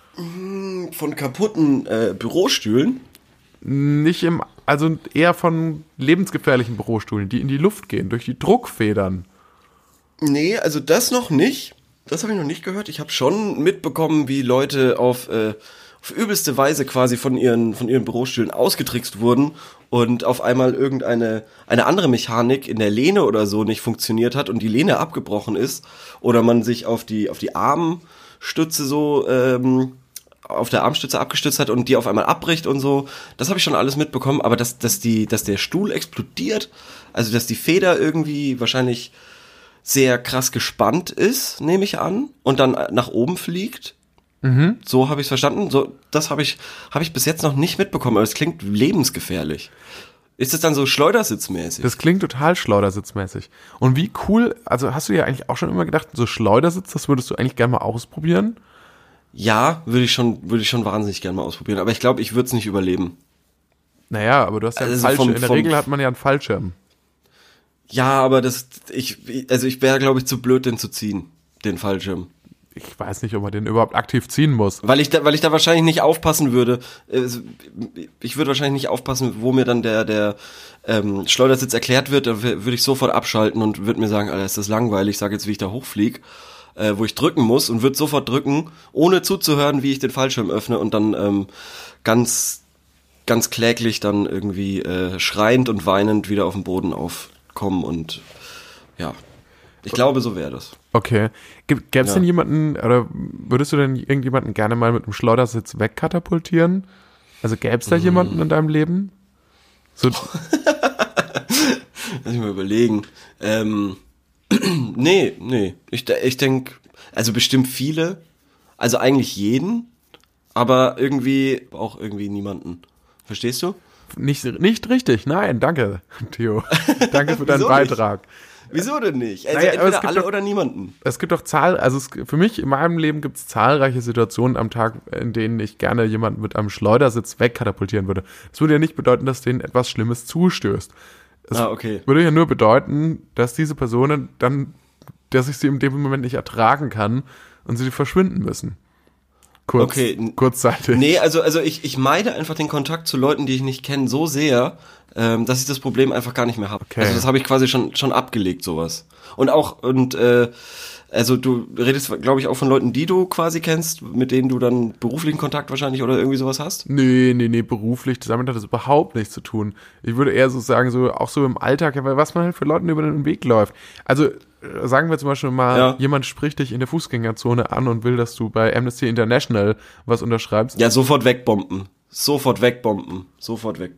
Von kaputten äh, Bürostühlen? Nicht im, also eher von lebensgefährlichen Bürostühlen, die in die Luft gehen, durch die Druckfedern. Nee, also das noch nicht. Das habe ich noch nicht gehört. Ich habe schon mitbekommen, wie Leute auf, äh, auf übelste Weise quasi von ihren, von ihren Bürostühlen ausgetrickst wurden und auf einmal irgendeine eine andere Mechanik in der Lehne oder so nicht funktioniert hat und die Lehne abgebrochen ist oder man sich auf die, auf die Armstütze so, ähm, auf der Armstütze abgestützt hat und die auf einmal abbricht und so. Das habe ich schon alles mitbekommen, aber dass, dass, die, dass der Stuhl explodiert, also dass die Feder irgendwie wahrscheinlich sehr krass gespannt ist, nehme ich an, und dann nach oben fliegt. Mhm. So habe ich es verstanden. So, das habe ich, habe ich bis jetzt noch nicht mitbekommen, aber es klingt lebensgefährlich. Ist es dann so Schleudersitzmäßig? Das klingt total schleudersitzmäßig. Und wie cool, also hast du ja eigentlich auch schon immer gedacht, so Schleudersitz, das würdest du eigentlich gerne mal ausprobieren? Ja, würde ich schon, würde ich schon wahnsinnig gerne mal ausprobieren, aber ich glaube, ich würde es nicht überleben. Naja, aber du hast ja einen Also Fallschirm. vom- In der vom- Regel hat man ja einen Fallschirm. Ja, aber das, ich, also ich wäre, glaube ich, zu blöd, den zu ziehen, den Fallschirm. Ich weiß nicht, ob man den überhaupt aktiv ziehen muss. Weil ich da, weil ich da wahrscheinlich nicht aufpassen würde. Äh, Ich würde wahrscheinlich nicht aufpassen, wo mir dann der, der ähm, Schleudersitz erklärt wird, da würde ich sofort abschalten und würde mir sagen, Alter, ist das langweilig, ich sage jetzt, wie ich da hochfliege, äh, wo ich drücken muss und würde sofort drücken, ohne zuzuhören, wie ich den Fallschirm öffne und dann ähm, ganz, ganz kläglich dann irgendwie äh, schreiend und weinend wieder auf den Boden aufkommen und ja, ich glaube, so wäre das. Okay. Gäbe es Ja. denn jemanden, oder würdest du denn irgendjemanden gerne mal mit einem Schleudersitz wegkatapultieren? Also gäbe es da Mhm. jemanden in deinem Leben? So, Lass ich mal überlegen. Ähm, nee, nee. Ich, de- ich denke, also bestimmt viele. Also eigentlich jeden. Aber irgendwie auch irgendwie niemanden. Verstehst du? nicht, nicht richtig. Nein, danke, Theo. Danke für deinen Wieso nicht? Beitrag. Wieso denn nicht? Also Naja, aber es entweder gibt alle doch- oder niemanden. Es gibt doch Zahl, also es, für mich in meinem Leben gibt es zahlreiche Situationen am Tag, in denen ich gerne jemanden mit einem Schleudersitz wegkatapultieren würde. Das würde ja nicht bedeuten, dass denen etwas Schlimmes zustößt. Es Ah, okay. würde ja nur bedeuten, dass diese Personen dann, dass ich sie in dem Moment nicht ertragen kann und sie verschwinden müssen. Kurz, Okay, n- kurzzeitig. Nee, also, also ich, ich meide einfach den Kontakt zu Leuten, die ich nicht kenne, so sehr, ähm, dass ich das Problem einfach gar nicht mehr habe. Okay. Also das habe ich quasi schon, schon abgelegt, sowas. Und auch, und äh, also du redest, glaube ich, auch von Leuten, die du quasi kennst, mit denen du dann beruflichen Kontakt wahrscheinlich oder irgendwie sowas hast? Nee, nee, nee, beruflich, damit hat das überhaupt nichts zu tun. Ich würde eher so sagen, so auch so im Alltag, ja, weil was man halt für Leuten über den Weg läuft. Also äh, sagen wir zum Beispiel mal, Ja. jemand spricht dich in der Fußgängerzone an und will, dass du bei Amnesty International was unterschreibst. Ja, sofort wegbomben. Sofort wegbomben. Sofort wegbomben.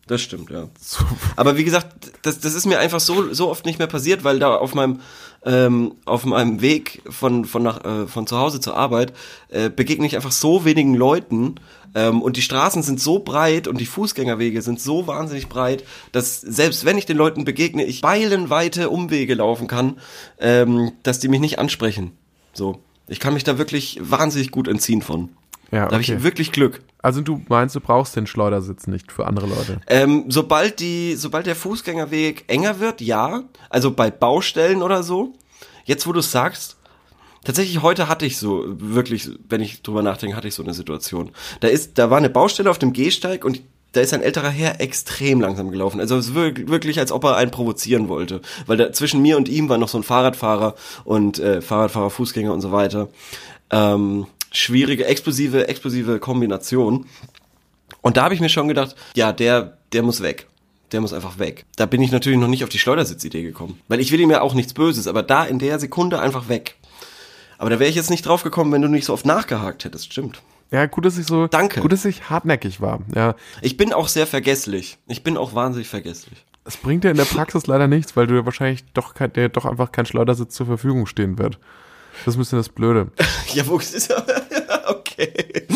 Das stimmt, ja. Aber wie gesagt, das, das ist mir einfach so, so oft nicht mehr passiert, weil da auf meinem, ähm, auf meinem Weg von, von, nach, äh, von zu Hause zur Arbeit äh, begegne ich einfach so wenigen Leuten ähm, und die Straßen sind so breit und die Fußgängerwege sind so wahnsinnig breit, dass selbst wenn ich den Leuten begegne, ich meilenweite Umwege laufen kann, ähm, dass die mich nicht ansprechen. So, ich kann mich da wirklich wahnsinnig gut entziehen von. Ja, okay. Da habe ich wirklich Glück. Also du meinst, du brauchst den Schleudersitz nicht für andere Leute? Ähm, sobald die, sobald der Fußgängerweg enger wird, ja. Also bei Baustellen oder so. Jetzt, wo du es sagst, tatsächlich heute hatte ich so, wirklich, wenn ich drüber nachdenke, hatte ich so eine Situation. Da ist, da war eine Baustelle auf dem Gehsteig und da ist ein älterer Herr extrem langsam gelaufen. Also es ist wirklich, als ob er einen provozieren wollte. Weil da zwischen mir und ihm war noch so ein Fahrradfahrer und äh, Fahrradfahrer, Fußgänger und so weiter. Ähm, schwierige, explosive, explosive Kombination. Und da habe ich mir schon gedacht, ja, der, der muss weg. Der muss einfach weg. Da bin ich natürlich noch nicht auf die Schleudersitzidee gekommen. Weil ich will ihm ja auch nichts Böses, aber da in der Sekunde einfach weg. Aber da wäre ich jetzt nicht drauf gekommen, wenn du nicht so oft nachgehakt hättest, stimmt. Ja, gut, dass ich so, Danke. Gut, dass ich hartnäckig war. Ja. Ich bin auch sehr vergesslich. Ich bin auch wahnsinnig vergesslich. Es bringt dir in der Praxis leider nichts, weil du ja wahrscheinlich doch, kein, der doch einfach kein Schleudersitz zur Verfügung stehen wird. Das ist ein bisschen das Blöde. Ja, wo ist es? Okay.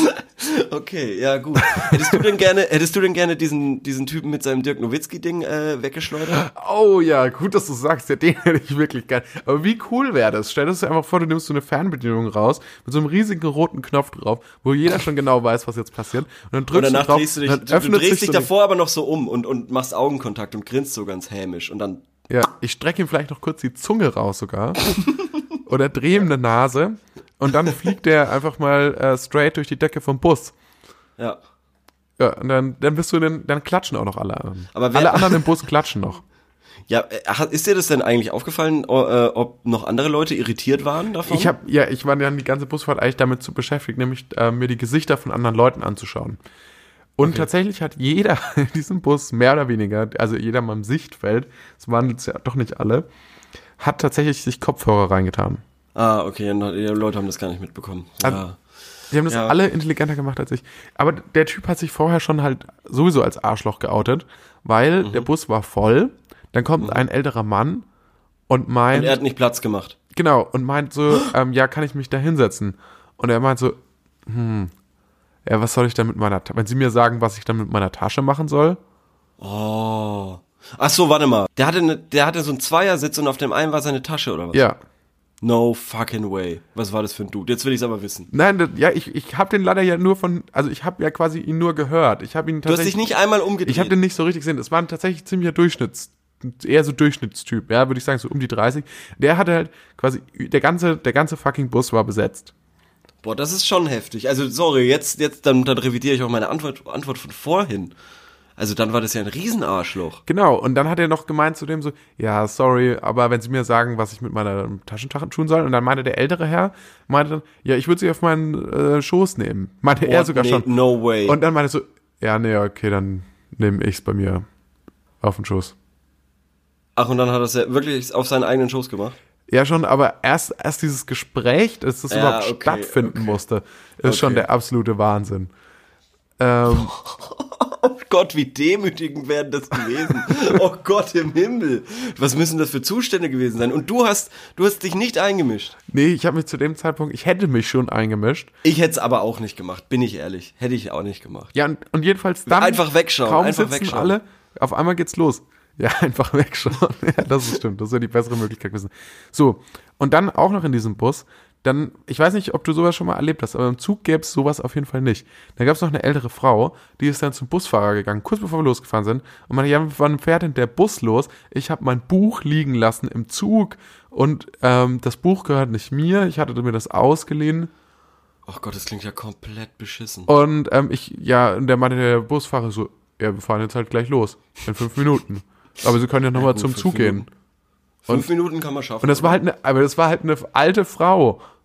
Okay, ja gut. Hättest du denn gerne, hättest du denn gerne diesen, diesen Typen mit seinem Dirk Nowitzki-Ding äh, weggeschleudert? Oh ja, gut, dass du sagst. Ja, den hätte ich wirklich gern. Aber wie cool wäre das? Stell dir das einfach vor, du nimmst so eine Fernbedienung raus mit so einem riesigen roten Knopf drauf, wo jeder schon genau weiß, was jetzt passiert. Und dann drückst und danach du drauf, drehst du dich, dann du, öffnet du drehst sich dich so davor aber noch so um und, und machst Augenkontakt und grinst so ganz hämisch und dann... Ja, ich strecke ihm vielleicht noch kurz die Zunge raus sogar. Oder drehe ihm eine Nase. Und dann fliegt der einfach mal äh, straight durch die Decke vom Bus. Ja. Ja, und dann, dann bist du denn, dann klatschen auch noch alle anderen. Aber wer, alle anderen im Bus klatschen noch. Ja, ist dir das denn eigentlich aufgefallen, ob noch andere Leute irritiert waren davon? Ich habe ja, ich war dann die ganze Busfahrt eigentlich damit zu beschäftigt, nämlich äh, mir die Gesichter von anderen Leuten anzuschauen. Und okay. Tatsächlich hat jeder in diesem Bus, mehr oder weniger, also jeder mal im Sichtfeld, es waren jetzt ja doch nicht alle, hat tatsächlich sich Kopfhörer reingetan. Ah, okay, die Leute haben das gar nicht mitbekommen. Ja. Also, die haben das ja. alle intelligenter gemacht als ich. Aber der Typ hat sich vorher schon halt sowieso als Arschloch geoutet, weil mhm. der Bus war voll, dann kommt mhm. ein älterer Mann und meint... Und er hat nicht Platz gemacht. Genau, und meint so, ähm, ja, kann ich mich da hinsetzen? Und er meint so, hm, ja, was soll ich da mit meiner Tasche, wenn Sie mir sagen, was ich dann mit meiner Tasche machen soll? Oh. Ach so, warte mal. Der hatte, ne, der hatte so einen Zweiersitz und auf dem einen war seine Tasche, oder was? Ja. No fucking way. Was war das für ein Dude? Jetzt will ich es aber wissen. Nein, das, ja, ich, ich habe den leider ja nur von, also ich habe ja quasi ihn nur gehört. Ich habe ihn tatsächlich. Du hast dich nicht einmal umgedreht. Ich habe den nicht so richtig gesehen. Es war ein tatsächlich ziemlicher Durchschnitts, eher so Durchschnittstyp, ja, würde ich sagen, so um die dreißig. Der hatte halt quasi, der ganze, der ganze fucking Bus war besetzt. Boah, das ist schon heftig. Also, sorry, jetzt, jetzt, dann, dann revidiere ich auch meine Antwort, Antwort von vorhin. Also dann war das ja ein Riesenarschloch. Genau, und dann hat er noch gemeint zu dem so, ja, sorry, aber wenn Sie mir sagen, was ich mit meiner Taschentasche tun soll, und dann meinte der ältere Herr, meinte dann, ja, ich würde sie auf meinen äh, Schoß nehmen. Meinte What? er sogar nee, schon. No way. Und dann meinte er so, ja, nee, okay, dann nehme ich es bei mir auf den Schoß. Ach, und dann hat er es ja wirklich auf seinen eigenen Schoß gemacht? Ja, schon, aber erst, erst dieses Gespräch, dass das ja, überhaupt okay, stattfinden okay. musste, ist okay. schon der absolute Wahnsinn. Ähm, oh Gott, wie demütigend wären das gewesen. Oh Gott im Himmel. Was müssen das für Zustände gewesen sein? Und du hast, du hast dich nicht eingemischt. Nee, ich habe mich zu dem Zeitpunkt, ich hätte mich schon eingemischt. Ich hätte es aber auch nicht gemacht, bin ich ehrlich. Hätte ich auch nicht gemacht. Ja, und, und jedenfalls dann. Einfach wegschauen, kaum einfach sitzen wegschauen. alle, auf einmal geht's los. Ja, einfach wegschauen. Ja, das ist stimmt. Das wäre die bessere Möglichkeit gewesen. So, und dann auch noch in diesem Bus, dann, ich weiß nicht, ob du sowas schon mal erlebt hast, aber im Zug gäbe es sowas auf jeden Fall nicht. Da gab es noch eine ältere Frau, die ist dann zum Busfahrer gegangen, kurz bevor wir losgefahren sind, und meinte, ja, wann fährt denn der Bus los? Ich habe mein Buch liegen lassen im Zug und ähm, das Buch gehört nicht mir, ich hatte mir das ausgeliehen. Ach Gott, das klingt ja komplett beschissen. Und ähm, ich, ja, und der meinte der Busfahrer so, ja, wir fahren jetzt halt gleich los, in fünf Minuten. Aber Sie können ja nochmal ja, zum Zug Minuten. gehen. Fünf und, Minuten kann man schaffen. Und das war halt eine, aber das war halt eine alte Frau.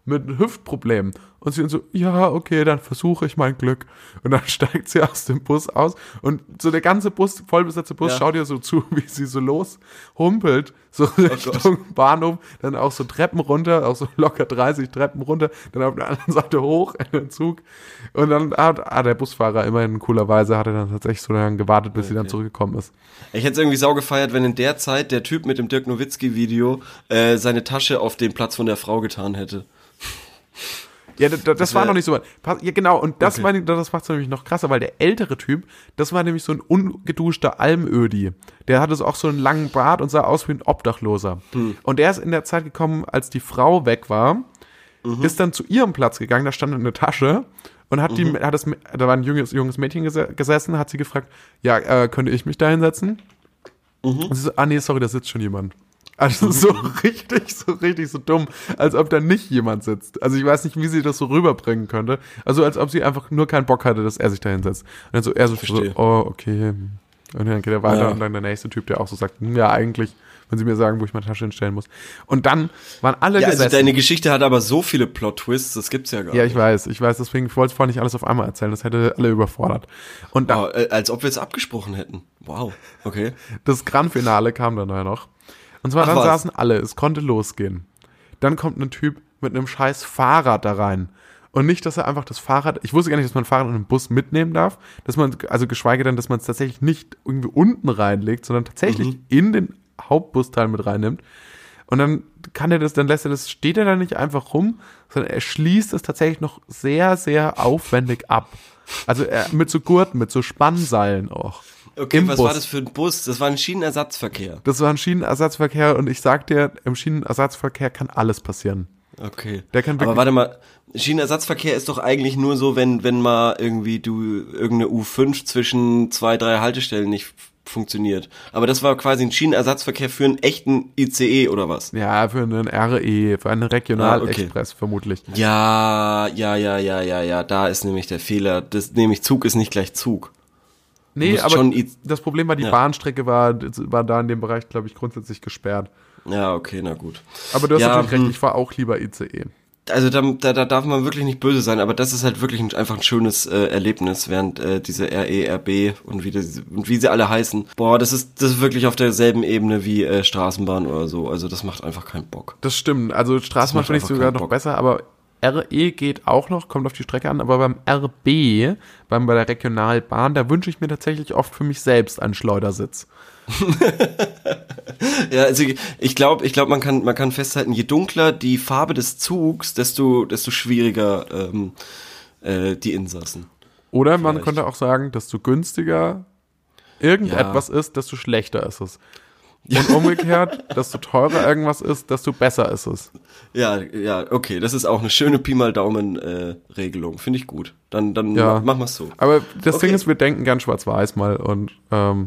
mit Hüftproblemen. Und sie so, ja, okay, dann versuche ich mein Glück. Und dann steigt sie aus dem Bus aus und so der ganze Bus, vollbesetzte Bus, ja. schaut ihr so zu, wie sie so loshumpelt, so Richtung oh Bahnhof, dann auch so Treppen runter, auch so locker dreißig Treppen runter, dann auf der anderen Seite hoch in den Zug. Und dann hat ah, der Busfahrer immerhin coolerweise, hat er dann tatsächlich so lange gewartet, bis okay. sie dann zurückgekommen ist. Ich hätte es irgendwie sau gefeiert, wenn in der Zeit der Typ mit dem Dirk Nowitzki-Video äh, seine Tasche auf den Platz von der Frau getan hätte. Ja, das, das, das war noch nicht so weit. Ja, genau, und das, okay. das macht es nämlich noch krasser, weil der ältere Typ, das war nämlich so ein ungeduschter Almödi. Der hatte so auch so einen langen Bart und sah aus wie ein Obdachloser. Hm. Und der ist in der Zeit gekommen, als die Frau weg war, mhm. ist dann zu ihrem Platz gegangen, da stand eine Tasche und hat die, mhm. hat das, da war ein junges, junges Mädchen gesessen, hat sie gefragt, ja, äh, könnte ich mich da hinsetzen? Mhm. Und sie so, ah nee, sorry, da sitzt schon jemand. Also so richtig, so richtig so dumm, als ob da nicht jemand sitzt. Also ich weiß nicht, wie sie das so rüberbringen könnte. Also als ob sie einfach nur keinen Bock hatte, dass er sich da hinsetzt. Und dann so, er so, so, oh, okay. Und dann geht er weiter ja. und dann der nächste Typ, der auch so sagt, ja, eigentlich, wenn sie mir sagen, wo ich meine Tasche hinstellen muss. Und dann waren alle ja, gesessen. Also deine Geschichte hat aber so viele Plot-Twists, das gibt's ja gar nicht. Ja, ich weiß, ich weiß, deswegen, ich wollte es vorhin nicht alles auf einmal erzählen, das hätte alle überfordert. Und dann, oh, als ob wir es abgesprochen hätten. Wow, okay. Das Grand-Finale kam dann noch. Und zwar, Ach, dann was? saßen alle, es konnte losgehen. Dann kommt ein Typ mit einem scheiß Fahrrad da rein. Und nicht, dass er einfach das Fahrrad, ich wusste gar nicht, dass man ein Fahrrad in einen Bus mitnehmen darf, dass man, also geschweige denn, dass man es tatsächlich nicht irgendwie unten reinlegt, sondern tatsächlich mhm. in den Hauptbusteil mit reinnimmt. Und dann kann er das, dann lässt er das, steht er da nicht einfach rum, sondern er schließt es tatsächlich noch sehr, sehr aufwendig ab. Also er, mit so Gurten, mit so Spannseilen auch. Okay, Im was Bus. War das für ein Bus? Das war ein Schienenersatzverkehr. Das war ein Schienenersatzverkehr und ich sag dir, im Schienenersatzverkehr kann alles passieren. Okay. Der kann Aber warte mal, Schienenersatzverkehr ist doch eigentlich nur so, wenn wenn mal irgendwie du irgendeine U fünf zwischen zwei, drei Haltestellen nicht f- funktioniert. Aber das war quasi ein Schienenersatzverkehr für einen echten I C E oder was? Ja, für einen R E, für einen Regionalexpress ah, okay. vermutlich. Ja, ja, ja, ja, ja, ja, da ist nämlich der Fehler. Das nämlich Zug ist nicht gleich Zug. Nee, aber das Problem war, die ja. Bahnstrecke war, war da in dem Bereich, glaube ich, grundsätzlich gesperrt. Ja, okay, na gut. Aber du hast ja, natürlich recht, ich fahre auch lieber I C E. Also da, da, da darf man wirklich nicht böse sein, aber das ist halt wirklich ein, einfach ein schönes äh, Erlebnis, während äh, diese R E, R B und wie, das, und wie sie alle heißen. Boah, das ist das ist wirklich auf derselben Ebene wie äh, Straßenbahn oder so. Also das macht einfach keinen Bock. Das stimmt, also Straßenbahn finde ich sogar noch Bock. besser, aber R E geht auch noch, kommt auf die Strecke an, aber beim R B, beim, bei der Regionalbahn, da wünsche ich mir tatsächlich oft für mich selbst einen Schleudersitz. Ja, also ich glaube, ich glaube, man kann, man kann festhalten, je dunkler die Farbe des Zugs, desto, desto schwieriger ähm, äh, die Insassen. Oder Vielleicht. man könnte auch sagen, desto günstiger irgendetwas ja. ist, desto schlechter ist es. Und umgekehrt, desto teurer irgendwas ist, desto besser ist es. Ja, ja, okay, das ist auch eine schöne Pi mal Daumen äh, Regelung, finde ich gut. Dann, dann ja. machen wir es so. Aber das okay. Ding ist, wir denken gern schwarz-weiß mal und ähm,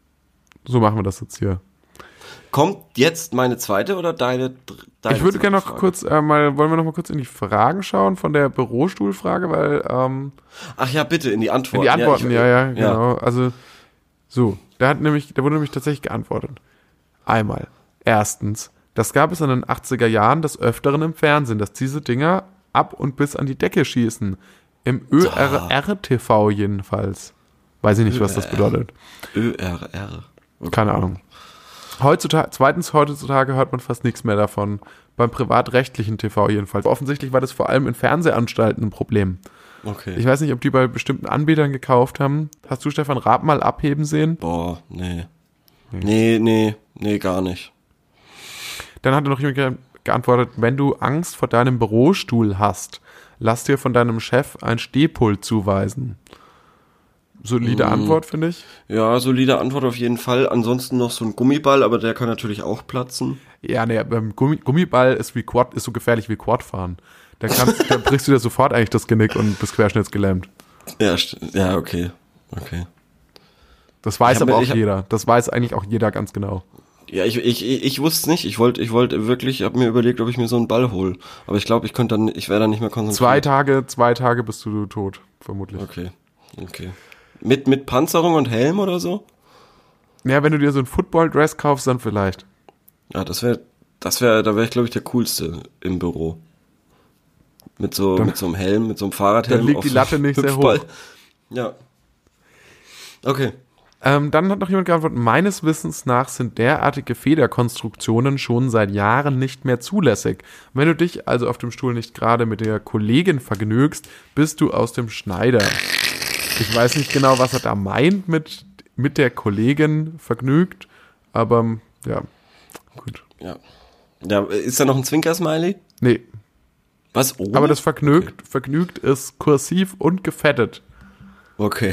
so machen wir das jetzt hier. Kommt jetzt meine zweite oder deine? deine ich würde gerne noch Frage? kurz äh, mal, wollen wir noch mal kurz in die Fragen schauen von der Bürostuhlfrage, weil ähm, ach ja, bitte in die Antworten. In die Antworten, ja, ja, ja, genau. Ja. Also so, da hat nämlich, da wurde nämlich tatsächlich geantwortet. Einmal. Erstens, das gab es in den achtziger Jahren des Öfteren im Fernsehen, dass diese Dinger ab und bis an die Decke schießen. Im Ö R R-T V jedenfalls. Weiß ich nicht, Ö R R. Was das bedeutet. Ö R R. Okay. Keine Ahnung. Heutzutage, zweitens, heutzutage hört man fast nichts mehr davon. Beim privatrechtlichen T V jedenfalls. Offensichtlich war das vor allem in Fernsehanstalten ein Problem. Okay. Ich weiß nicht, ob die bei bestimmten Anbietern gekauft haben. Hast du Stefan Raab mal abheben sehen? Boah, nee. Nee, nee, nee, gar nicht. Dann hat er noch jemand geantwortet, wenn du Angst vor deinem Bürostuhl hast, lass dir von deinem Chef ein Stehpult zuweisen. Solide mm. Antwort, finde ich. Ja, solide Antwort auf jeden Fall. Ansonsten noch so ein Gummiball, aber der kann natürlich auch platzen. Ja, nee, beim Gummi- Gummiball ist wie Quad, ist so gefährlich wie Quadfahren. Da, kannst, da brichst du dir sofort eigentlich das Genick und bist querschnittsgelähmt. Ja, ja, okay, okay. Das weiß aber auch hab, jeder. Das weiß eigentlich auch jeder ganz genau. Ja, ich ich ich, ich wusste es nicht. Ich wollte ich wollte wirklich, habe mir überlegt, ob ich mir so einen Ball hole. Aber ich glaube, ich könnte dann, ich wäre dann nicht mehr konzentriert. Zwei Tage, zwei Tage bist du tot, vermutlich. Okay, okay. Mit mit Panzerung und Helm oder so? Ja, wenn du dir so ein Football-Dress kaufst, dann vielleicht. Ja, das wäre, das wäre, da wäre ich, glaube ich, der Coolste im Büro. Mit so, Dann- mit so einem Helm, mit so einem Fahrradhelm. Dann liegt auf die so Latte einem nicht sehr Hüpfball. hoch. Ja. Okay. Ähm, dann hat noch jemand geantwortet, meines Wissens nach sind derartige Federkonstruktionen schon seit Jahren nicht mehr zulässig. Wenn du dich also auf dem Stuhl nicht gerade mit der Kollegin vergnügst, bist du aus dem Schneider. Ich weiß nicht genau, was er da meint mit, mit der Kollegin vergnügt, aber ja, gut. Ja. Ja, ist da noch ein Zwinker-Smiley? Nee, Was? Ohne? aber das vergnügt, vergnügt ist kursiv und gefettet Okay.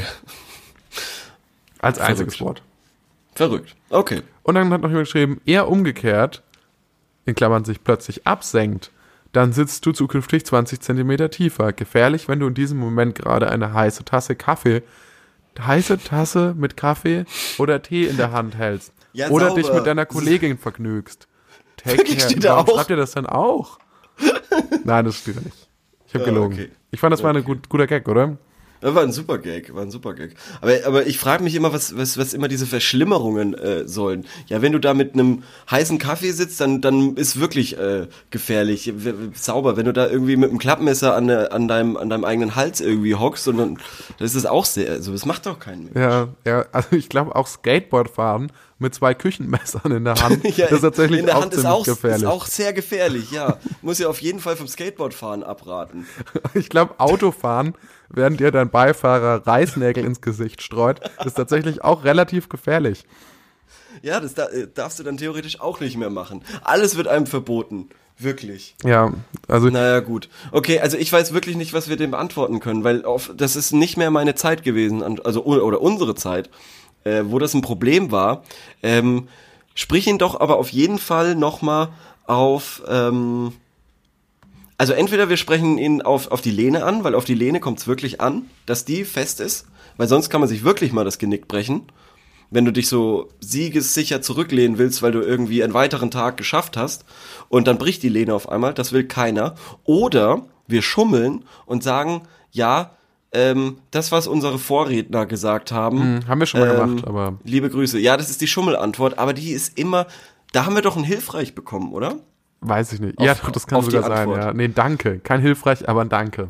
als Verrückt. einziges Wort. Verrückt. Okay. Und dann hat noch jemand geschrieben, eher umgekehrt, in Klammern sich plötzlich absenkt, dann sitzt du zukünftig zwanzig Zentimeter tiefer. Gefährlich, wenn du in diesem Moment gerade eine heiße Tasse Kaffee, heiße Tasse mit Kaffee oder Tee in der Hand hältst. Ja, oder sauber. dich mit deiner Kollegin vergnügst. Take Wirklich, care. steht da Warum auch? schreibt ihr das dann auch? Nein, das steht da nicht. Ich habe Ah, gelogen. okay. Ich fand, das war ein Okay. gut, guter Gag, oder? Das war ein super Gag, war ein super Gag. Aber, aber ich frage mich immer, was, was, was immer diese Verschlimmerungen äh, sollen. Ja, wenn du da mit einem heißen Kaffee sitzt, dann, dann ist wirklich äh, gefährlich. W- w- Sauber, wenn du da irgendwie mit einem Klappmesser an, der- an, deinem, an deinem eigenen Hals irgendwie hockst, und dann das ist auch sehr, also das macht doch keinen mehr. Ja, ja, also ich glaube auch Skateboard fahren mit zwei Küchenmessern in der Hand, das ist tatsächlich in der auch Hand ist ziemlich auch, gefährlich. ist auch sehr gefährlich, ja. Muss ja auf jeden Fall vom Skateboardfahren abraten. Ich glaube, Autofahren, während dir dein Beifahrer Reißnägel ins Gesicht streut, ist tatsächlich auch relativ gefährlich. Ja, das da, äh, darfst du dann theoretisch auch nicht mehr machen. Alles wird einem verboten. Wirklich. Ja, also Naja, gut. Okay, also ich weiß wirklich nicht, was wir dem beantworten können, weil auf, das ist nicht mehr meine Zeit gewesen, an- also oder unsere Zeit, äh, wo das ein Problem war. Ähm, sprich ihn doch aber auf jeden Fall nochmal auf, ähm, also entweder wir sprechen ihn auf, auf die Lehne an, weil auf die Lehne kommt es wirklich an, dass die fest ist, weil sonst kann man sich wirklich mal das Genick brechen, wenn du dich so siegessicher zurücklehnen willst, weil du irgendwie einen weiteren Tag geschafft hast und dann bricht die Lehne auf einmal, das will keiner. Oder wir schummeln und sagen, ja, ähm, das, was unsere Vorredner gesagt haben. Hm, haben wir schon mal ähm, gemacht, aber Liebe Grüße. Ja, das ist die Schummelantwort, aber die ist immer, da haben wir doch ein Hilfreich bekommen, oder? weiß ich nicht. Auf- ja, doch, das kann auf die sogar sein, Antwort. ja. Nee, danke. Kein hilfreich, aber ein Danke.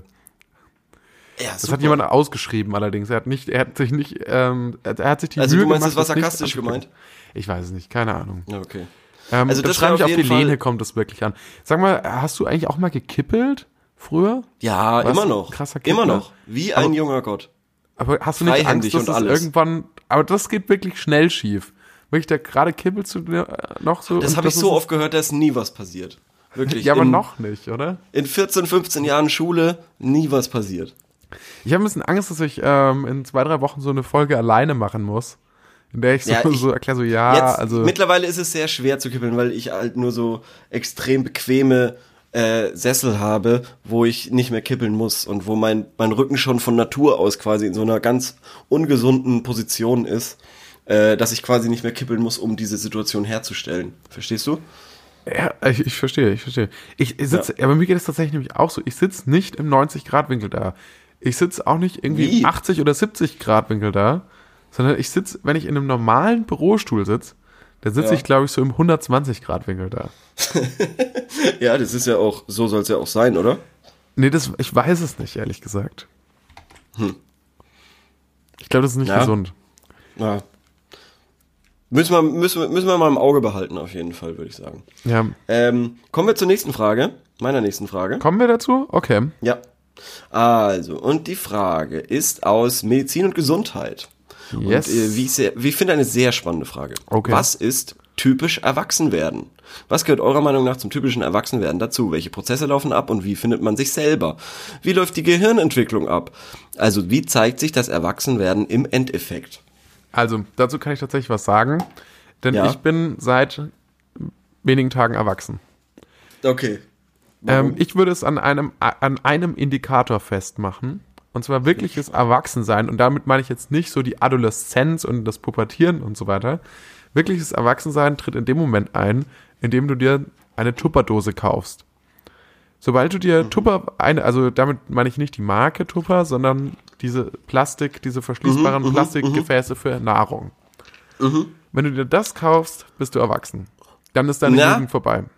Ja, Das hat jemand ausgeschrieben allerdings. Er hat nicht, er hat sich nicht, ähm, er er hat sich die Also Mühe du meinst, gemacht, das war nicht sarkastisch anzuklicken. gemeint? Ich weiß es nicht, keine Ahnung. Ja, okay. Ähm, Also also das das schreibe wäre ich auf auf die jeden Lehne, Fall- kommt das wirklich an. Sag mal, hast du eigentlich auch mal gekippelt früher? Ja, Was? immer noch. Krasser Immer Kippler? noch. Wie Aber- ein junger Gott. Aber hast du nicht Angst, Freihändig dass und das alles. irgendwann, aber das geht wirklich schnell schief. Wirklich, da gerade kippelst du äh, noch so. Das und habe ich ist so es- oft gehört, dass nie was passiert. Wirklich. Ja, aber in, noch nicht, oder? In vierzehn, fünfzehn Jahren Schule nie was passiert. Ich habe ein bisschen Angst, dass ich ähm, in zwei, drei Wochen so eine Folge alleine machen muss, in der ich so, Ja, ich- so erkläre, so ja, Jetzt, also mittlerweile ist es sehr schwer zu kippeln, weil ich halt nur so extrem bequeme äh, Sessel habe, wo ich nicht mehr kippeln muss und wo mein, mein Rücken schon von Natur aus quasi in so einer ganz ungesunden Position ist, äh, dass ich quasi nicht mehr kippeln muss, um diese Situation herzustellen. Verstehst du? ja, ich, ich verstehe, ich verstehe. Ich, ich sitze, aber mir geht es tatsächlich nämlich auch so, ich sitze nicht im neunzig Grad Winkel da. Ich sitze auch nicht irgendwie Wie? im achtzig oder siebzig Grad Winkel da, sondern ich sitze, wenn ich in einem normalen Bürostuhl sitze, dann sitze Ja. ich, glaube ich, so im hundertzwanzig Grad Winkel da. Ja, das ist ja auch, so soll es ja auch sein, oder? Nee, das, ich weiß es nicht, ehrlich gesagt. Ich glaube, das ist nicht Ja. gesund. Ja. Müssen wir, müssen, wir, müssen wir mal im Auge behalten, auf jeden Fall, würde ich sagen. Ja. Ähm, kommen wir zur nächsten Frage, meiner nächsten Frage. Kommen wir dazu? Okay. Ja. Also, und die Frage ist aus Medizin und Gesundheit. Yes. Und äh, wie, ich sehr, wie ich finde, eine sehr spannende Frage. Okay. Was ist typisch Erwachsenwerden? Was gehört eurer Meinung nach zum typischen Erwachsenwerden dazu? Welche Prozesse laufen ab und wie findet man sich selber? Wie läuft die Gehirnentwicklung ab? Also, wie zeigt sich das Erwachsenwerden im Endeffekt? Also, dazu kann ich tatsächlich was sagen, denn Ja. ich bin seit wenigen Tagen erwachsen. Okay. Ähm, ich würde es an einem, an einem Indikator festmachen, und zwar wirkliches Erwachsensein, und damit meine ich jetzt nicht so die Adoleszenz und das Pubertieren und so weiter. Wirkliches Erwachsensein tritt in dem Moment ein, in dem du dir eine Tupperdose kaufst. Sobald du dir Tupper, eine, also damit meine ich nicht die Marke Tupper, sondern diese Plastik, diese verschließbaren Mhm, mhm, Plastikgefäße für Nahrung. Wenn du dir das kaufst, bist du erwachsen. Dann ist deine Na? Jugend vorbei.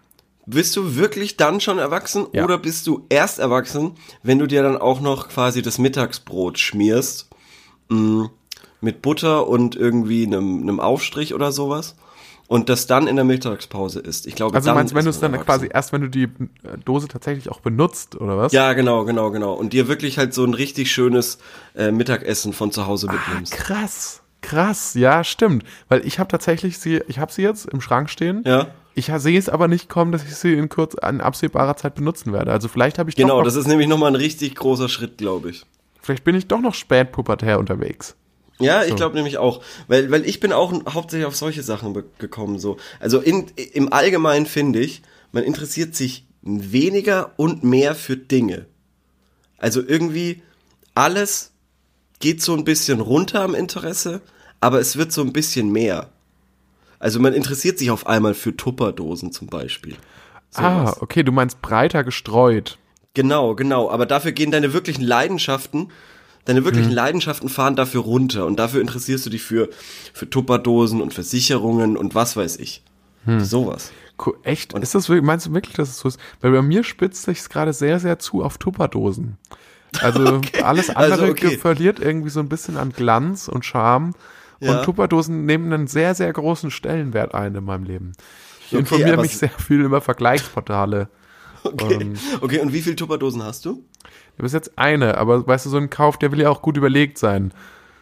bist du wirklich dann schon erwachsen Ja. oder bist du erst erwachsen, wenn du dir dann auch noch quasi das Mittagsbrot schmierst mh, mit Butter und irgendwie einem, einem Aufstrich oder sowas und das dann in der Mittagspause isst? Ich glaube, Also dann meinst du, wenn du ist es man dann erwachsen. quasi erst, wenn du die äh, Dose tatsächlich auch benutzt, oder was? Ja, genau, genau, genau. Und dir wirklich halt so ein richtig schönes äh, Mittagessen von zu Hause Ah, mitnimmst. krass, krass, ja, stimmt. Weil ich habe tatsächlich sie, ich habe sie jetzt im Schrank stehen. Ja, Ich sehe es aber nicht kommen, dass ich sie in kurz in absehbarer Zeit benutzen werde. Also vielleicht habe ich genau, doch noch, das ist nämlich nochmal ein richtig großer Schritt, glaube ich. vielleicht bin ich doch noch spätpubertär unterwegs. Ja, So. ich glaube nämlich auch, weil weil ich bin auch hauptsächlich auf solche Sachen be- gekommen so. Also in, im Allgemeinen finde ich, man interessiert sich weniger und mehr für Dinge. Also irgendwie alles geht so ein bisschen runter am Interesse, aber es wird so ein bisschen mehr. Also man interessiert sich auf einmal für Tupperdosen zum Beispiel. Ah, Sowas. okay, du meinst breiter gestreut. Genau, genau. Aber dafür gehen deine wirklichen Leidenschaften, deine wirklichen Leidenschaften fahren dafür runter und dafür interessierst du dich für, für Tupperdosen und Versicherungen und was weiß ich. Sowas. Cool, echt? ist das wirklich, meinst du wirklich, dass es so ist? Weil bei mir spitzt sich es gerade sehr, sehr zu auf Tupperdosen. Also alles andere also okay. verliert irgendwie so ein bisschen an Glanz und Charme. Ja. Und Tupperdosen nehmen einen sehr, sehr großen Stellenwert ein in meinem Leben. Ich Okay, informiere aber mich s- sehr viel über Vergleichsportale. Okay. Ähm, Okay, und wie viele Tupperdosen hast du? bis jetzt eine, aber weißt du, so ein Kauf, der will ja auch gut überlegt sein.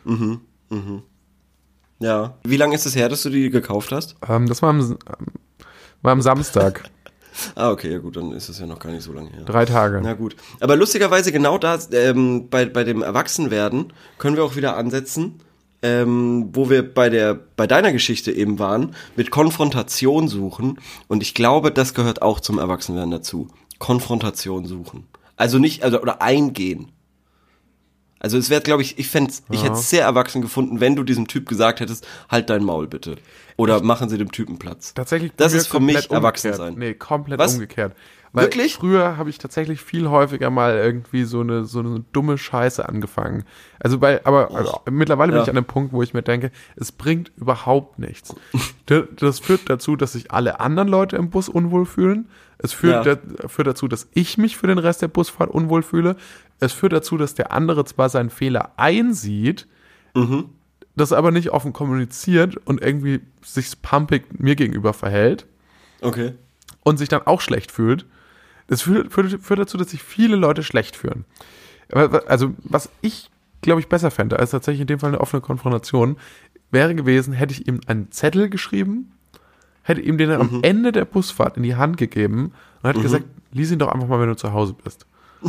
Ja. Wie lange ist es her, dass du die gekauft hast? Ähm, das war am, ähm, war am Samstag. Ah, okay, ja gut, dann ist es ja noch gar nicht so lange her. Drei Tage. Na gut. Aber lustigerweise genau da, ähm, bei, bei dem Erwachsenwerden können wir auch wieder ansetzen, ähm, wo wir bei der, bei deiner Geschichte eben waren, mit Konfrontation suchen. Und ich glaube, das gehört auch zum Erwachsenwerden dazu. Konfrontation suchen. Also nicht, also, oder eingehen. Also es wäre, glaube ich, ich fände ich hätte es sehr erwachsen gefunden, wenn du diesem Typ gesagt hättest, halt dein Maul bitte. Oder machen Sie dem Typen Platz. Tatsächlich Das bei mir ist für mich komplett erwachsen umgekehrt. sein. Nee, komplett Was? umgekehrt. Weil Wirklich? Früher habe ich tatsächlich viel häufiger mal irgendwie so eine so eine dumme Scheiße angefangen. Also bei, aber also mittlerweile bin Ja. ich an dem Punkt, wo ich mir denke, es bringt überhaupt nichts. D- Das führt dazu, dass sich alle anderen Leute im Bus unwohl fühlen. Es führt, Ja. da, führt dazu, dass ich mich für den Rest der Busfahrt unwohl fühle. Es führt dazu, dass der andere zwar seinen Fehler einsieht, Mhm. das aber nicht offen kommuniziert und irgendwie sich pumpig mir gegenüber verhält Okay. und sich dann auch schlecht fühlt. Das führt, führt, führt dazu, dass sich viele Leute schlecht fühlen. Aber, also, was ich, glaube ich, besser fände, als tatsächlich in dem Fall eine offene Konfrontation, wäre gewesen, hätte ich ihm einen Zettel geschrieben, hätte ihm den dann am Ende der Busfahrt in die Hand gegeben und hätte gesagt, lies ihn doch einfach mal, wenn du zu Hause bist.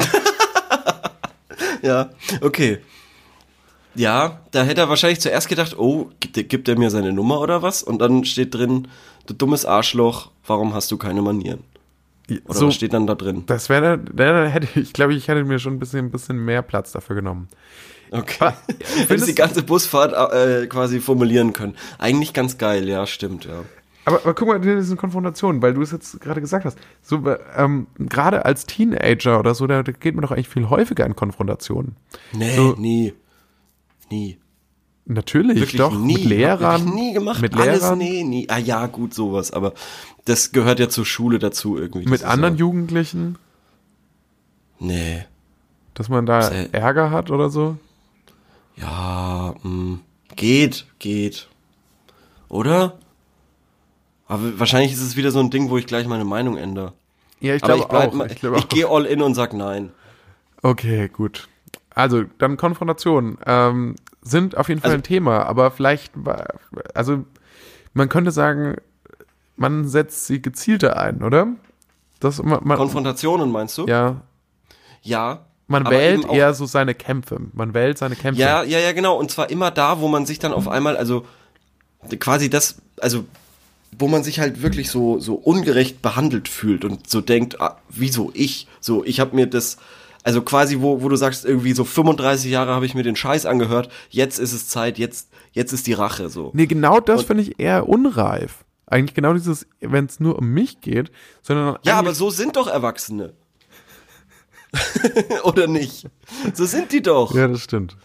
Ja, okay. Ja, da hätte er wahrscheinlich zuerst gedacht, oh, gibt, gibt er mir seine Nummer oder was? Und dann steht drin, du dummes Arschloch, warum hast du keine Manieren? Oder so, was steht dann da drin? das wäre, dann hätte ich, glaube ich, hätte mir schon ein bisschen, ein bisschen mehr Platz dafür genommen. Okay. Hättest findest die ganze Busfahrt äh, quasi formulieren können. Eigentlich ganz geil, ja, stimmt, ja. Aber, aber guck mal, diese Konfrontation, weil du es jetzt gerade gesagt hast, so ähm, gerade als Teenager oder so, da, da geht man doch eigentlich viel häufiger in Konfrontationen. Nee, So- nie. Nie. Natürlich, Wirklich doch, nie. mit Lehrern. Hab ich nie gemacht. Mit Alles, Lehrern, nee, nie. Ah ja, gut, sowas. Aber das gehört ja zur Schule dazu irgendwie. Das mit ist anderen ja, Jugendlichen, Nee. dass man da Sel- Ärger hat oder so. Ja, mh, geht, geht. Oder? Aber wahrscheinlich ist es wieder so ein Ding, wo ich gleich meine Meinung ändere. Ja, ich Aber glaube ich bleib auch. mal, Ich ich, glaube auch. gehe all in und sag nein. Okay, gut. Also, dann Konfrontation. Ähm, sind auf jeden Fall Also- ein Thema, aber vielleicht, war- also, man könnte sagen, man setzt sie gezielter ein, oder? Das, man, man, Konfrontationen meinst du? ja, Ja. man aber wählt eben auch- eher so seine Kämpfe. Man wählt seine Kämpfe. Ja, ja, ja, genau. Und zwar immer da, wo man sich dann auf einmal, also quasi das, also wo man sich halt wirklich so so ungerecht behandelt fühlt und so denkt, ah, wieso ich? So, ich habe mir das, also quasi wo wo du sagst irgendwie so fünfunddreißig Jahre habe ich mir den Scheiß angehört. Jetzt ist es Zeit. Jetzt jetzt ist die Rache so. Nee, genau das Und- finde ich eher unreif. Eigentlich genau dieses, wenn es nur um mich geht, sondern Ja, aber eigentlich- so sind doch Erwachsene. Oder nicht? So sind die doch. Ja, das stimmt.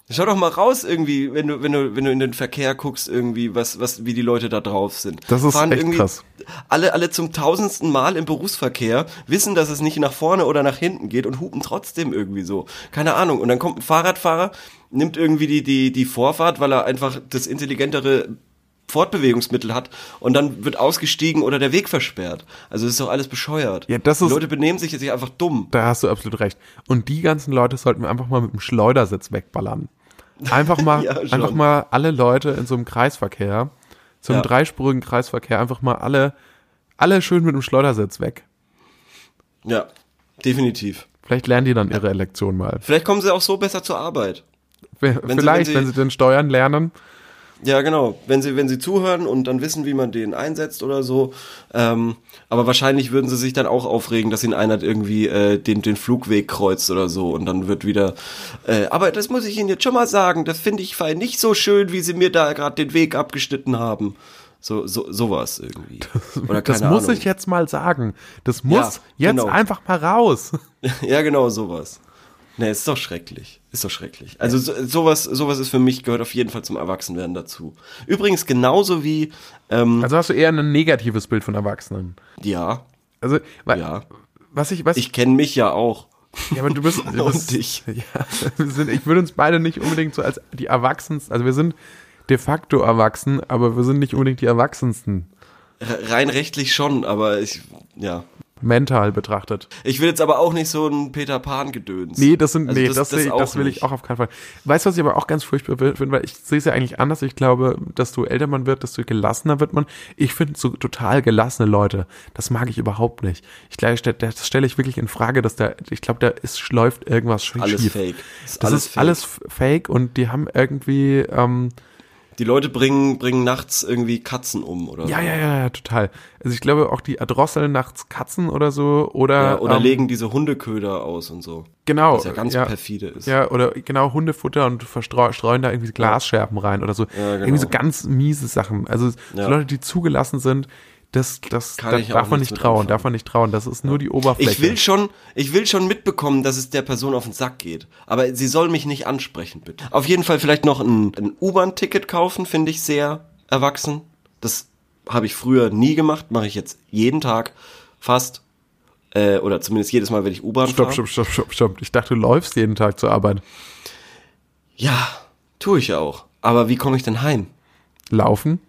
Schau doch mal raus irgendwie, wenn du, wenn du, wenn du in den Verkehr guckst, irgendwie, was, was, wie die Leute da drauf sind. Das ist Fahren echt irgendwie krass. Alle, alle zum tausendsten Mal im Berufsverkehr, wissen, dass es nicht nach vorne oder nach hinten geht und hupen trotzdem irgendwie so. Keine Ahnung. Und dann kommt ein Fahrradfahrer, nimmt irgendwie die, die, die Vorfahrt, weil er einfach das intelligentere Fortbewegungsmittel hat und dann wird ausgestiegen oder der Weg versperrt. Also das ist doch alles bescheuert. Ja, das ist, die Leute benehmen sich jetzt nicht einfach dumm. Da hast du absolut recht. Und die ganzen Leute sollten wir einfach mal mit dem Schleudersitz wegballern. Einfach mal, Ja, schon. einfach mal alle Leute in so einem Kreisverkehr, so einem Ja. dreispurigen Kreisverkehr, einfach mal alle, alle schön mit dem Schleudersitz weg. Ja, definitiv. Vielleicht lernen die dann ihre Lektion mal. Vielleicht kommen sie auch so besser zur Arbeit. Vielleicht, wenn wenn sie- sie, wenn sie den Steuern lernen. Ja, genau. Wenn sie, wenn sie zuhören und dann wissen, wie man den einsetzt oder so. Ähm, aber wahrscheinlich würden sie sich dann auch aufregen, dass ihnen einer irgendwie äh, den, den Flugweg kreuzt oder so und dann wird wieder, äh, aber das muss ich Ihnen jetzt schon mal sagen, das finde ich fein nicht so schön, wie Sie mir da gerade den Weg abgeschnitten haben. So, so, sowas irgendwie. Oder keine Das muss Ahnung. ich jetzt mal sagen. Das muss Ja, jetzt genau. einfach mal raus. Ja, genau, sowas. Ne, ist doch schrecklich. Ist doch schrecklich. Also so, sowas, sowas ist für mich, gehört auf jeden Fall zum Erwachsenwerden dazu. Übrigens genauso wie, ähm, Also hast du eher ein negatives Bild von Erwachsenen. ja, Also, weil, ja. was ich, was Ich kenne mich ja auch. ja, aber du bist, du Und bist dich. Ja, wir sind, ich würde uns beide nicht unbedingt so als die Erwachsensten, also wir sind de facto erwachsen, aber wir sind nicht unbedingt die Erwachsensten, R- Rein rechtlich schon, aber ich, ja. mental betrachtet. Ich will jetzt aber auch nicht so ein Peter Pan-Gedöns. Nee, das sind, Also nee, das- das, das seh- auch das will nicht. ich auch auf keinen Fall. Weißt du, was ich aber auch ganz furchtbar finde, weil ich sehe es ja eigentlich anders. Ich glaube, dass du älter man wird, desto gelassener wird man. Ich finde so total gelassene Leute, das mag ich überhaupt nicht. Ich glaube, ich stell- das stelle ich wirklich in Frage, dass da, ich glaube, da ist, läuft irgendwas schief. Alles fake. Ist Das alles ist fake. alles f- fake und die haben irgendwie, ähm, Die Leute bringen, bringen nachts irgendwie Katzen um oder ja, so. ja, ja, ja, total. Also ich glaube auch die erdrosseln nachts Katzen oder so oder, Ja, oder ähm, legen diese Hundeköder aus und so. genau, Was ja ganz perfide ist. Ja, oder genau Hundefutter und verstreu- streuen da irgendwie Glasscherben rein oder so. Ja, genau. Irgendwie so ganz miese Sachen. Also Ja. so Leute, die zugelassen sind, das, das, Kann da ich darf auch man nichts nicht mit trauen, anfangen. darf man nicht trauen. Das ist nur die Oberfläche. Ich will schon, ich will schon mitbekommen, dass es der Person auf den Sack geht. Aber sie soll mich nicht ansprechen, bitte. Auf jeden Fall vielleicht noch ein, ein U-Bahn-Ticket kaufen, finde ich sehr erwachsen. Das habe ich früher nie gemacht, mache ich jetzt jeden Tag fast. Äh, oder zumindest jedes Mal, wenn ich U-Bahn Stopp, fahre. stopp, stopp, stopp, stopp. Ich dachte, du läufst jeden Tag zur Arbeit. Ja, tue ich ja auch. Aber wie komme ich denn heim? Laufen?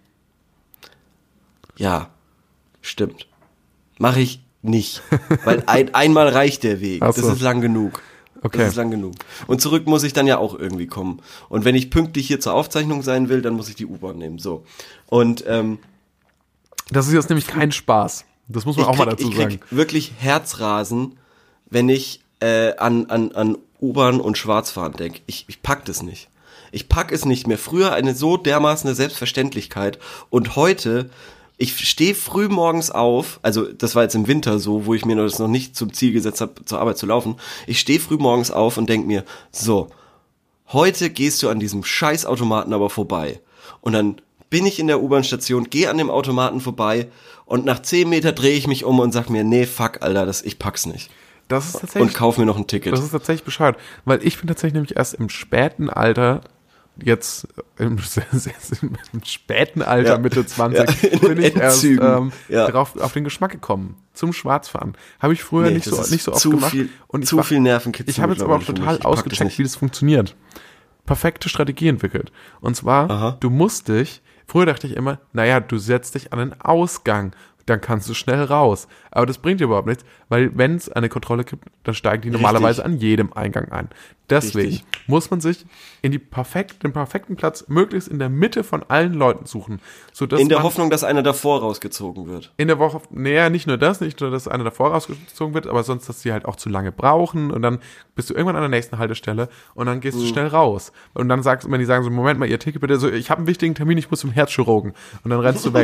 Ja, stimmt. Mache ich nicht. Weil ein, einmal reicht der Weg. Ach so. Das ist lang genug. Okay. Das ist lang genug. Und zurück muss ich dann ja auch irgendwie kommen. Und wenn ich pünktlich hier zur Aufzeichnung sein will, dann muss ich die U-Bahn nehmen. So. Und ähm, Das ist jetzt nämlich kein Spaß. Das muss man ich auch mal krieg, dazu ich krieg sagen. wirklich Herzrasen, wenn ich äh, an, an, an U-Bahn und Schwarzfahren denke. Ich, ich pack das nicht. Ich pack es nicht mehr. Früher eine so dermaßen Selbstverständlichkeit. Und heute, ich stehe früh morgens auf, also das war jetzt im Winter so, wo ich mir das noch nicht zum Ziel gesetzt habe, zur Arbeit zu laufen. Ich stehe früh morgens auf und denk mir, so, heute gehst du an diesem Scheißautomaten aber vorbei. Und dann bin ich in der U-Bahn-Station, gehe an dem Automaten vorbei und nach zehn Meter drehe ich mich um und sag mir, nee, fuck, Alter, das, ich pack's nicht. Das ist tatsächlich, Und kauf mir noch ein Ticket. das ist tatsächlich bescheuert. Weil ich bin tatsächlich nämlich erst im späten Alter, jetzt im, im späten Alter, Ja. Mitte zwanzig, Ja, in den bin ich erst Endzügen. ähm, Ja. darauf, auf den Geschmack gekommen. Zum Schwarzfahren. Habe ich früher Nee, nicht, das so, ist nicht so oft zu gemacht. viel- und ich zu war- viel Nervenkitzel Ich habe jetzt aber auch mittlerweile für total mich. Ich pack das ausgecheckt, nicht. wie das funktioniert. Perfekte Strategie entwickelt. Und zwar, Aha. du musst dich, früher dachte ich immer, naja, du setzt dich an den Ausgang, dann kannst du schnell raus. Aber das bringt dir überhaupt nichts, weil wenn es eine Kontrolle gibt, dann steigen die normalerweise an jedem Eingang ein. Deswegen Richtig. muss man sich in die perfekt, den perfekten Platz möglichst in der Mitte von allen Leuten suchen. Sodass in der man Hoffnung, dass einer davor rausgezogen wird. in der Woche, naja, nicht nur das, nicht nur, dass einer davor rausgezogen wird, aber sonst, dass die halt auch zu lange brauchen und dann bist du irgendwann an der nächsten Haltestelle und dann gehst du schnell raus. Und dann sagst du, wenn die sagen so, Moment mal, ihr Ticket bitte, so, ich habe einen wichtigen Termin, ich muss zum Herzchirurgen. Und dann rennst du weg.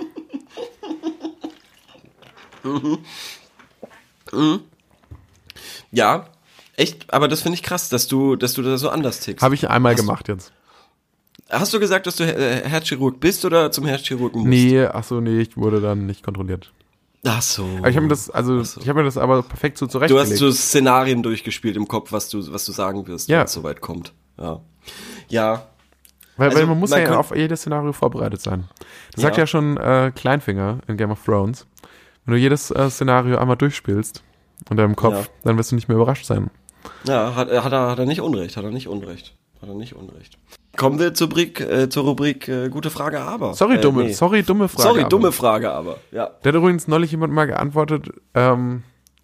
Ja, echt, aber das finde ich krass, dass du, dass du da so anders tickst. Habe ich einmal Hast du- gemacht jetzt. Hast du gesagt, dass du äh, Herzchirurg bist oder zum Herzchirurgen musst? Nee, ach so, nee, ich wurde dann nicht kontrolliert. Ach so. Aber ich habe mir das, also, so. ich habe mir das aber perfekt so Du zurechtgelegt. hast so Szenarien durchgespielt im Kopf, was du, was du sagen wirst, Ja. wenn es soweit kommt. ja. Ja. Weil, Also, weil man muss man ja kann- auf jedes Szenario vorbereitet sein. Das Ja. sagt ja schon äh, Kleinfinger in Game of Thrones. Wenn du jedes äh, Szenario einmal durchspielst in deinem Kopf, Ja. dann wirst du nicht mehr überrascht sein. Ja, hat, hat, er, hat er nicht Unrecht, hat er nicht Unrecht. Hat er nicht Unrecht. Kommen wir zur Rubrik, äh, zur Rubrik äh, gute Frage, aber. Sorry, Äh, dumme, nee. sorry, dumme Frage. Sorry, aber. dumme Frage, aber. Ja. Da hat übrigens neulich jemand mal geantwortet, ähm,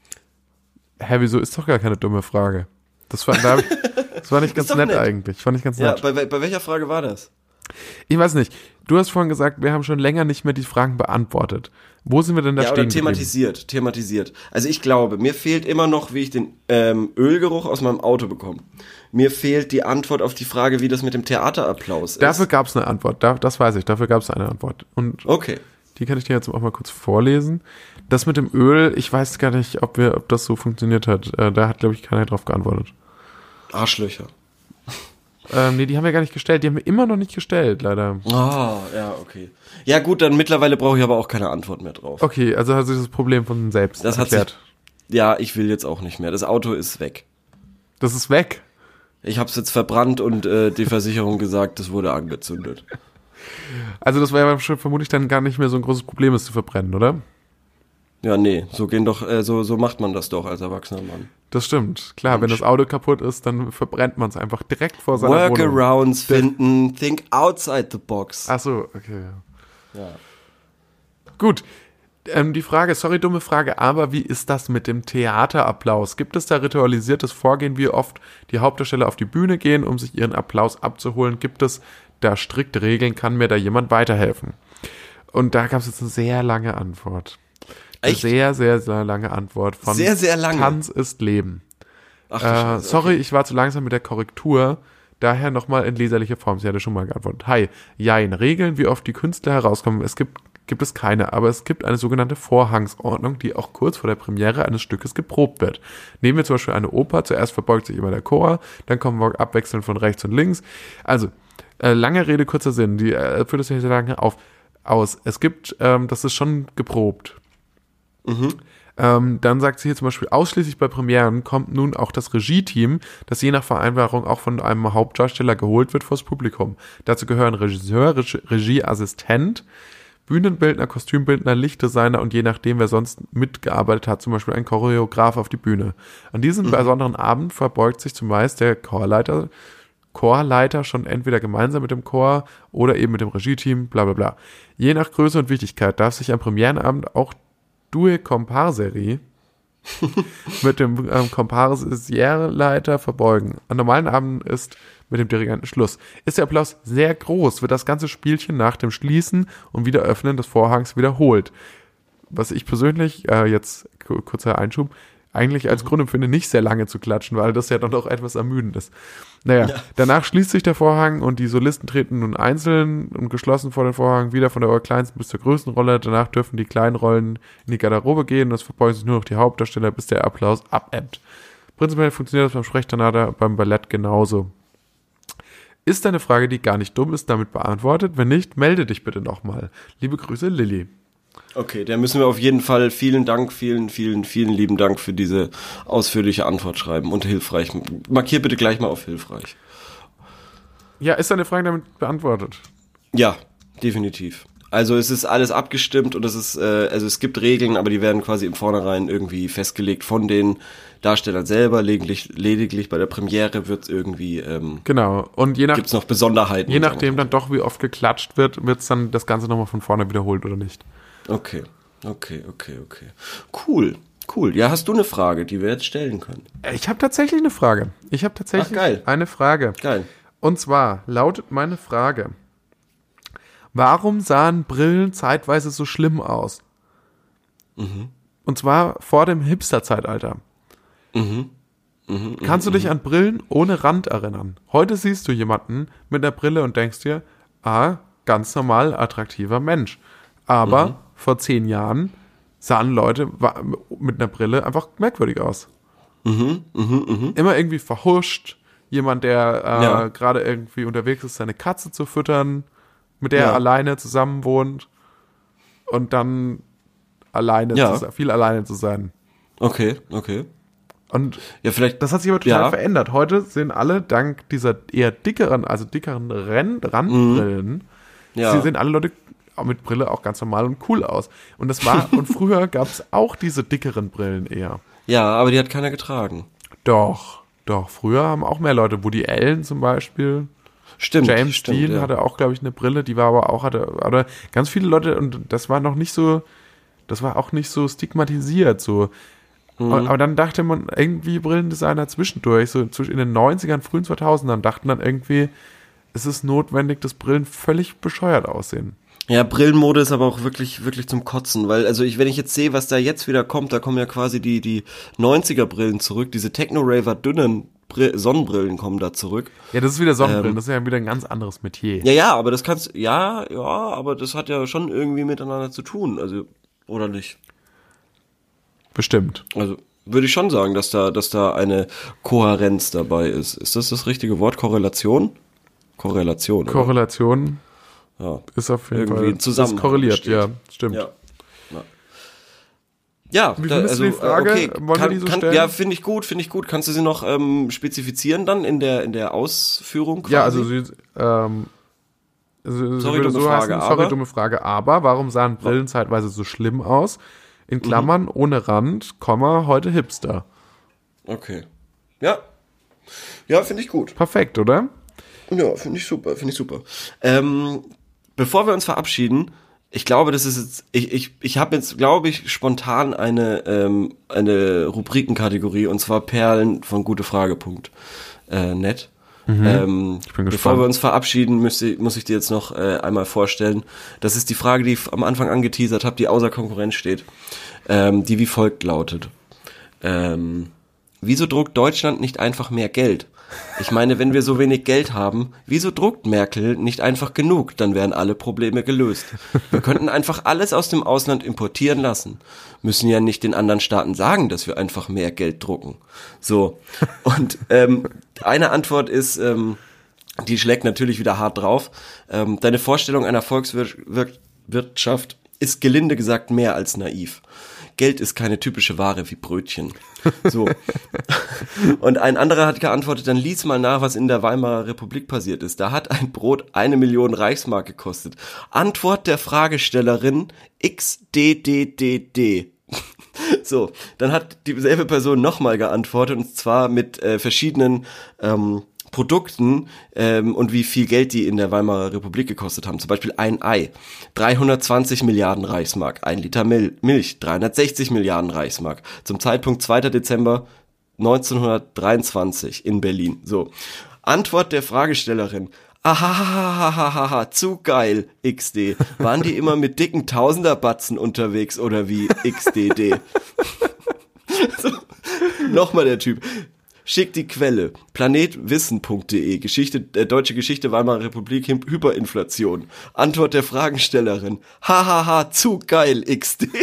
hä, wieso ist doch gar keine dumme Frage? Das war, da hab ich, das war nicht ganz doch nett, nett. eigentlich. Fand ich ganz Ja, nett. bei, bei, bei welcher Frage war das? Ich weiß nicht. Du hast vorhin gesagt, wir haben schon länger nicht mehr die Fragen beantwortet. Wo sind wir denn da Ja, stehen oder thematisiert, thematisiert. Also ich glaube, mir fehlt immer noch, wie ich den ähm, Ölgeruch aus meinem Auto bekomme. Mir fehlt die Antwort auf die Frage, wie das mit dem Theaterapplaus ist. Dafür gab es eine Antwort. Da, das weiß ich. Dafür gab es eine Antwort. Und Okay. die kann ich dir jetzt auch mal kurz vorlesen. Das mit dem Öl, ich weiß gar nicht, ob wir, ob das so funktioniert hat. Äh, da hat, glaube ich, keiner drauf geantwortet. Arschlöcher. Ähm, nee, die haben wir gar nicht gestellt. Die haben wir immer noch nicht gestellt, leider. Ah, ja, okay. Ja gut, dann mittlerweile brauche ich aber auch keine Antwort mehr drauf. Okay, also hat sich das Problem von selbst Das hat erklärt. sich, ja, ich will jetzt auch nicht mehr. Das Auto ist weg. Das ist weg. Ich habe es jetzt verbrannt und äh, die Versicherung gesagt, das wurde angezündet. Also das war ja schon vermutlich dann gar nicht mehr so ein großes Problem, es zu verbrennen, oder? Ja, nee, so gehen doch, äh, so so macht man das doch als erwachsener Mann. Das stimmt. Klar, wenn das Auto kaputt ist, dann verbrennt man es einfach direkt vor seiner Wohnung. Workarounds finden, think outside the box. Ach so, okay. Ja. Gut. Ähm, die Frage, sorry, dumme Frage, aber wie ist das mit dem Theaterapplaus? Gibt es da ritualisiertes Vorgehen, wie oft die Hauptdarsteller auf die Bühne gehen, um sich ihren Applaus abzuholen? Gibt es da strikte Regeln? Kann mir da jemand weiterhelfen? Und da gab es jetzt eine sehr lange Antwort. Eine Echt? sehr, sehr, sehr lange Antwort von Sehr, sehr lange. Tanz ist Leben. Ach, du Äh, Scheiße, sorry, okay. ich war zu langsam mit der Korrektur. Daher nochmal in leserlicher Form. Sie hatte schon mal geantwortet. Hi, jein, Regeln, wie oft die Künstler herauskommen. Es gibt, gibt es keine, aber es gibt eine sogenannte Vorhangsordnung, die auch kurz vor der Premiere eines Stückes geprobt wird. Nehmen wir zum Beispiel eine Oper. Zuerst verbeugt sich immer der Chor, dann kommen wir abwechselnd von rechts und links. Also, äh, lange Rede, kurzer Sinn. Die äh, führt es ja sehr lange auf, aus. Es gibt, ähm, das ist schon geprobt. Mhm. Ähm, dann sagt sie hier zum Beispiel, ausschließlich bei Premieren kommt nun auch das Regie-Team, das je nach Vereinbarung auch von einem Hauptdarsteller geholt wird, vors Publikum. Dazu gehören Regisseur, Regie- Regieassistent, Bühnenbildner, Kostümbildner, Lichtdesigner und je nachdem, wer sonst mitgearbeitet hat, zum Beispiel ein Choreograf auf die Bühne. An diesem besonderen Abend verbeugt sich zumeist der Chorleiter, Chorleiter schon entweder gemeinsam mit dem Chor oder eben mit dem Regie-Team, bla bla bla. Je nach Größe und Wichtigkeit darf sich am Premierenabend auch Due Comparseri mit dem ähm, Comparsierleiter verbeugen. An normalen Abenden ist mit dem Dirigenten Schluss. Ist der Applaus sehr groß, wird das ganze Spielchen nach dem Schließen und Wiederöffnen des Vorhangs wiederholt. Was ich persönlich, äh, jetzt k- kurzer Einschub, eigentlich als Grund empfinde, nicht sehr lange zu klatschen, weil das ja dann doch etwas ermüdend ist. Naja, Ja. danach schließt sich der Vorhang und die Solisten treten nun einzeln und geschlossen vor den Vorhang wieder von der kleinsten bis zur größten Rolle. Danach dürfen die kleinen Rollen in die Garderobe gehen und es verbeugen sich nur noch die Hauptdarsteller, bis der Applaus abebbt. Prinzipiell funktioniert das beim Sprechtheater, beim Ballett genauso. Ist eine Frage, die gar nicht dumm ist, damit beantwortet? Wenn nicht, melde dich bitte nochmal. Liebe Grüße, Lilly. Okay, dann müssen wir auf jeden Fall vielen Dank, vielen, vielen, vielen lieben Dank für diese ausführliche Antwort schreiben und hilfreich. Markier bitte gleich mal auf hilfreich. Ja, ist deine Frage damit beantwortet? Ja, definitiv. Also es ist alles abgestimmt und es ist, äh, also es gibt Regeln, aber die werden quasi im Vornherein irgendwie festgelegt von den Darstellern selber. Lediglich, lediglich bei der Premiere wird es irgendwie, ähm, Genau. Und je nach gibt's noch Besonderheiten. Je nachdem dann doch, wie oft geklatscht wird, wird es dann das Ganze nochmal von vorne wiederholt oder nicht. Okay, okay, okay, okay. Cool, cool. Ja, hast du eine Frage, die wir jetzt stellen können? Ich habe tatsächlich eine Frage. Ich habe tatsächlich Ach, geil. eine Frage. Geil. Und zwar lautet meine Frage: Warum sahen Brillen zeitweise so schlimm aus? Mhm. Und zwar vor dem Hipster-Zeitalter. Mhm. Mhm. Kannst du dich an Brillen ohne Rand erinnern? Heute siehst du jemanden mit einer Brille und denkst dir, ah, ganz normal attraktiver Mensch. Aber Mhm. vor zehn Jahren sahen Leute wa- mit einer Brille einfach merkwürdig aus. Mhm. Mhm. Mhm. Immer irgendwie verhuscht. Jemand, der äh, Ja. gerade irgendwie unterwegs ist, seine Katze zu füttern, mit der Ja. er alleine zusammen wohnt und dann alleine Ja. zu sein, viel alleine zu sein. Okay, okay. Und ja, vielleicht, das hat sich aber total ja. verändert. Heute sehen alle dank dieser eher dickeren, also dickeren Renn- Randbrillen, Mhm. Ja. sie sehen alle Leute auch mit Brille auch ganz normal und cool aus. Und das war, und früher gab es auch diese dickeren Brillen eher. Ja, aber die hat keiner getragen. Doch, doch. Früher haben auch mehr Leute, Woody Allen zum Beispiel. Stimmt. James stimmt, Dean ja. hatte auch, glaube ich, eine Brille, die war aber auch, hatte, oder ganz viele Leute, und das war noch nicht so, das war auch nicht so stigmatisiert, so. Mhm. Aber, aber dann dachte man, irgendwie Brillendesigner zwischendurch, so zwischen in den neunzigern, frühen zweitausendern, dachten dann irgendwie, es ist notwendig, dass Brillen völlig bescheuert aussehen. Ja, Brillenmode ist aber auch wirklich, wirklich zum Kotzen, weil, also ich, wenn ich jetzt sehe, was da jetzt wieder kommt, da kommen ja quasi die, die neunziger Brillen zurück, diese Techno-Raver dünnen Brill- Sonnenbrillen kommen da zurück. Ja, das ist wieder Sonnenbrillen, Ähm, das ist ja wieder ein ganz anderes Metier. Ja, ja, aber das kannst, ja, ja, aber das hat ja schon irgendwie miteinander zu tun, also, oder nicht? Bestimmt. Also, würde ich schon sagen, dass da, dass da eine Kohärenz dabei ist. Ist das das richtige Wort? Korrelation? Korrelation, oder? Korrelation Ja. ist auf jeden Irgendwie Fall, ein Zusammenhang ist korreliert, besteht. ja, stimmt. Ja. Ja, ja Wie da, findest also du die Frage? äh, okay, Wollen wir kann, die so kann, stellen? ja, finde ich gut, finde ich gut. Kannst du sie noch ähm, spezifizieren dann in der in der Ausführung quasi? Ja, also sie, ähm, sie, sie Sorry, würde dumme so Frage, heißen, sorry, aber- dumme Frage, aber warum sahen Brillen zeitweise so schlimm aus? In Klammern, ohne Rand, Komma, heute Hipster. Okay. Ja. Ja, finde ich gut. Perfekt, oder? Ja, finde ich super, finde ich super. Ähm, bevor wir uns verabschieden, ich glaube, das ist jetzt, ich, ich, ich habe jetzt, glaube ich, spontan eine, ähm, eine Rubrikenkategorie, und zwar Perlen von gutefrage.net. Äh, net. Mhm. Ähm, Ich bin bevor gespannt. wir uns verabschieden, müsste, muss ich dir jetzt noch äh, einmal vorstellen. Das ist die Frage, die ich am Anfang angeteasert habe, die außer Konkurrenz steht, ähm, die wie folgt lautet. Ähm, wieso druckt Deutschland nicht einfach mehr Geld? Ich meine, wenn wir so wenig Geld haben, wieso druckt Merkel nicht einfach genug? Dann wären alle Probleme gelöst. Wir könnten einfach alles aus dem Ausland importieren lassen. Müssen ja nicht den anderen Staaten sagen, dass wir einfach mehr Geld drucken. So. Und ähm, eine Antwort ist, ähm, die schlägt natürlich wieder hart drauf. Ähm, deine Vorstellung einer Volkswirtschaft ist gelinde gesagt mehr als naiv. Geld ist keine typische Ware wie Brötchen. So. Und ein anderer hat geantwortet, dann lies mal nach, was in der Weimarer Republik passiert ist. Da hat ein Brot eine Million Reichsmark gekostet. Antwort der Fragestellerin X D D D D. So, dann hat dieselbe Person nochmal geantwortet, und zwar mit äh, verschiedenen ähm, Produkten ähm, und wie viel Geld die in der Weimarer Republik gekostet haben. Zum Beispiel ein Ei, dreihundertzwanzig Milliarden Reichsmark, ein Liter Mil- Milch, dreihundertsechzig Milliarden Reichsmark. Zum Zeitpunkt zweiter Dezember neunzehnhundertdreiundzwanzig in Berlin. So, Antwort der Fragestellerin. Ahahahahaha, zu geil, X D. Waren die immer mit dicken Tausenderbatzen unterwegs oder wie X D D? So, nochmal der Typ. Schick die Quelle. planetwissen punkt de. Geschichte, äh, Deutsche Geschichte Weimarer Republik, Hy- Hyperinflation. Antwort der Fragestellerin. Hahaha, zu geil, X D.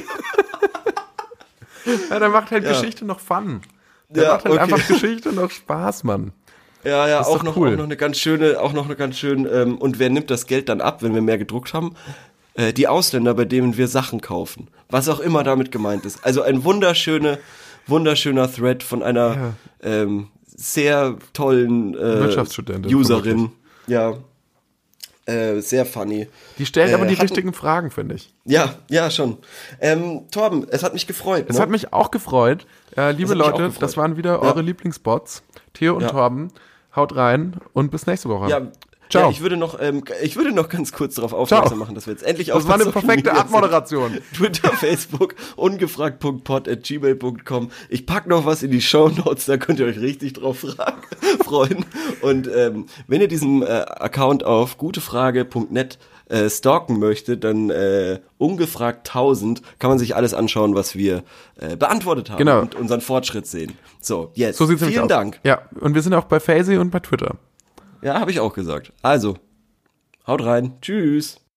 Ja, der macht halt Ja. Geschichte noch Fun. Der Ja, macht halt okay. einfach Geschichte noch Spaß, Mann. Ja, ja, Das ist auch doch noch, cool. auch noch eine ganz schöne, auch noch eine ganz schön, ähm, und wer nimmt das Geld dann ab, wenn wir mehr gedruckt haben? Äh, die Ausländer, bei denen wir Sachen kaufen. Was auch immer damit gemeint ist. Also ein wunderschöne, wunderschöner Thread von einer Ja. ähm, sehr tollen äh, Wirtschaftsstudentin, Userin. Ja. Äh, sehr funny. Die stellt Äh, aber die hatten- richtigen Fragen, finde ich. Ja, ja, schon. Ähm, Torben, es hat mich gefreut. Es ne? hat mich auch gefreut. Äh, liebe hat mich auch Leute, gefreut. das waren wieder Ja. eure Lieblingsbots. Theo und Ja. Torben, haut rein und bis nächste Woche. Ja, Ciao. Ja, ich würde noch, ähm, ich würde noch ganz kurz darauf aufmerksam Ciao. machen, dass wir jetzt endlich Das auf war eine Social perfekte Media sind. Abmoderation. Twitter, Facebook, ungefragt punkt pod at gmail punkt com. Ich pack noch was in die Shownotes, da könnt ihr euch richtig drauf fragen, freuen. Und ähm, wenn ihr diesen äh, Account auf gutefrage punkt net äh, stalken möchtet, dann äh, ungefragt tausend kann man sich alles anschauen, was wir äh, beantwortet haben Genau. und unseren Fortschritt sehen. So, jetzt. So sieht's nämlich Vielen aus. Dank. Ja, und wir sind auch bei Fazy und bei Twitter. Ja, habe ich auch gesagt. Also, haut rein. Tschüss.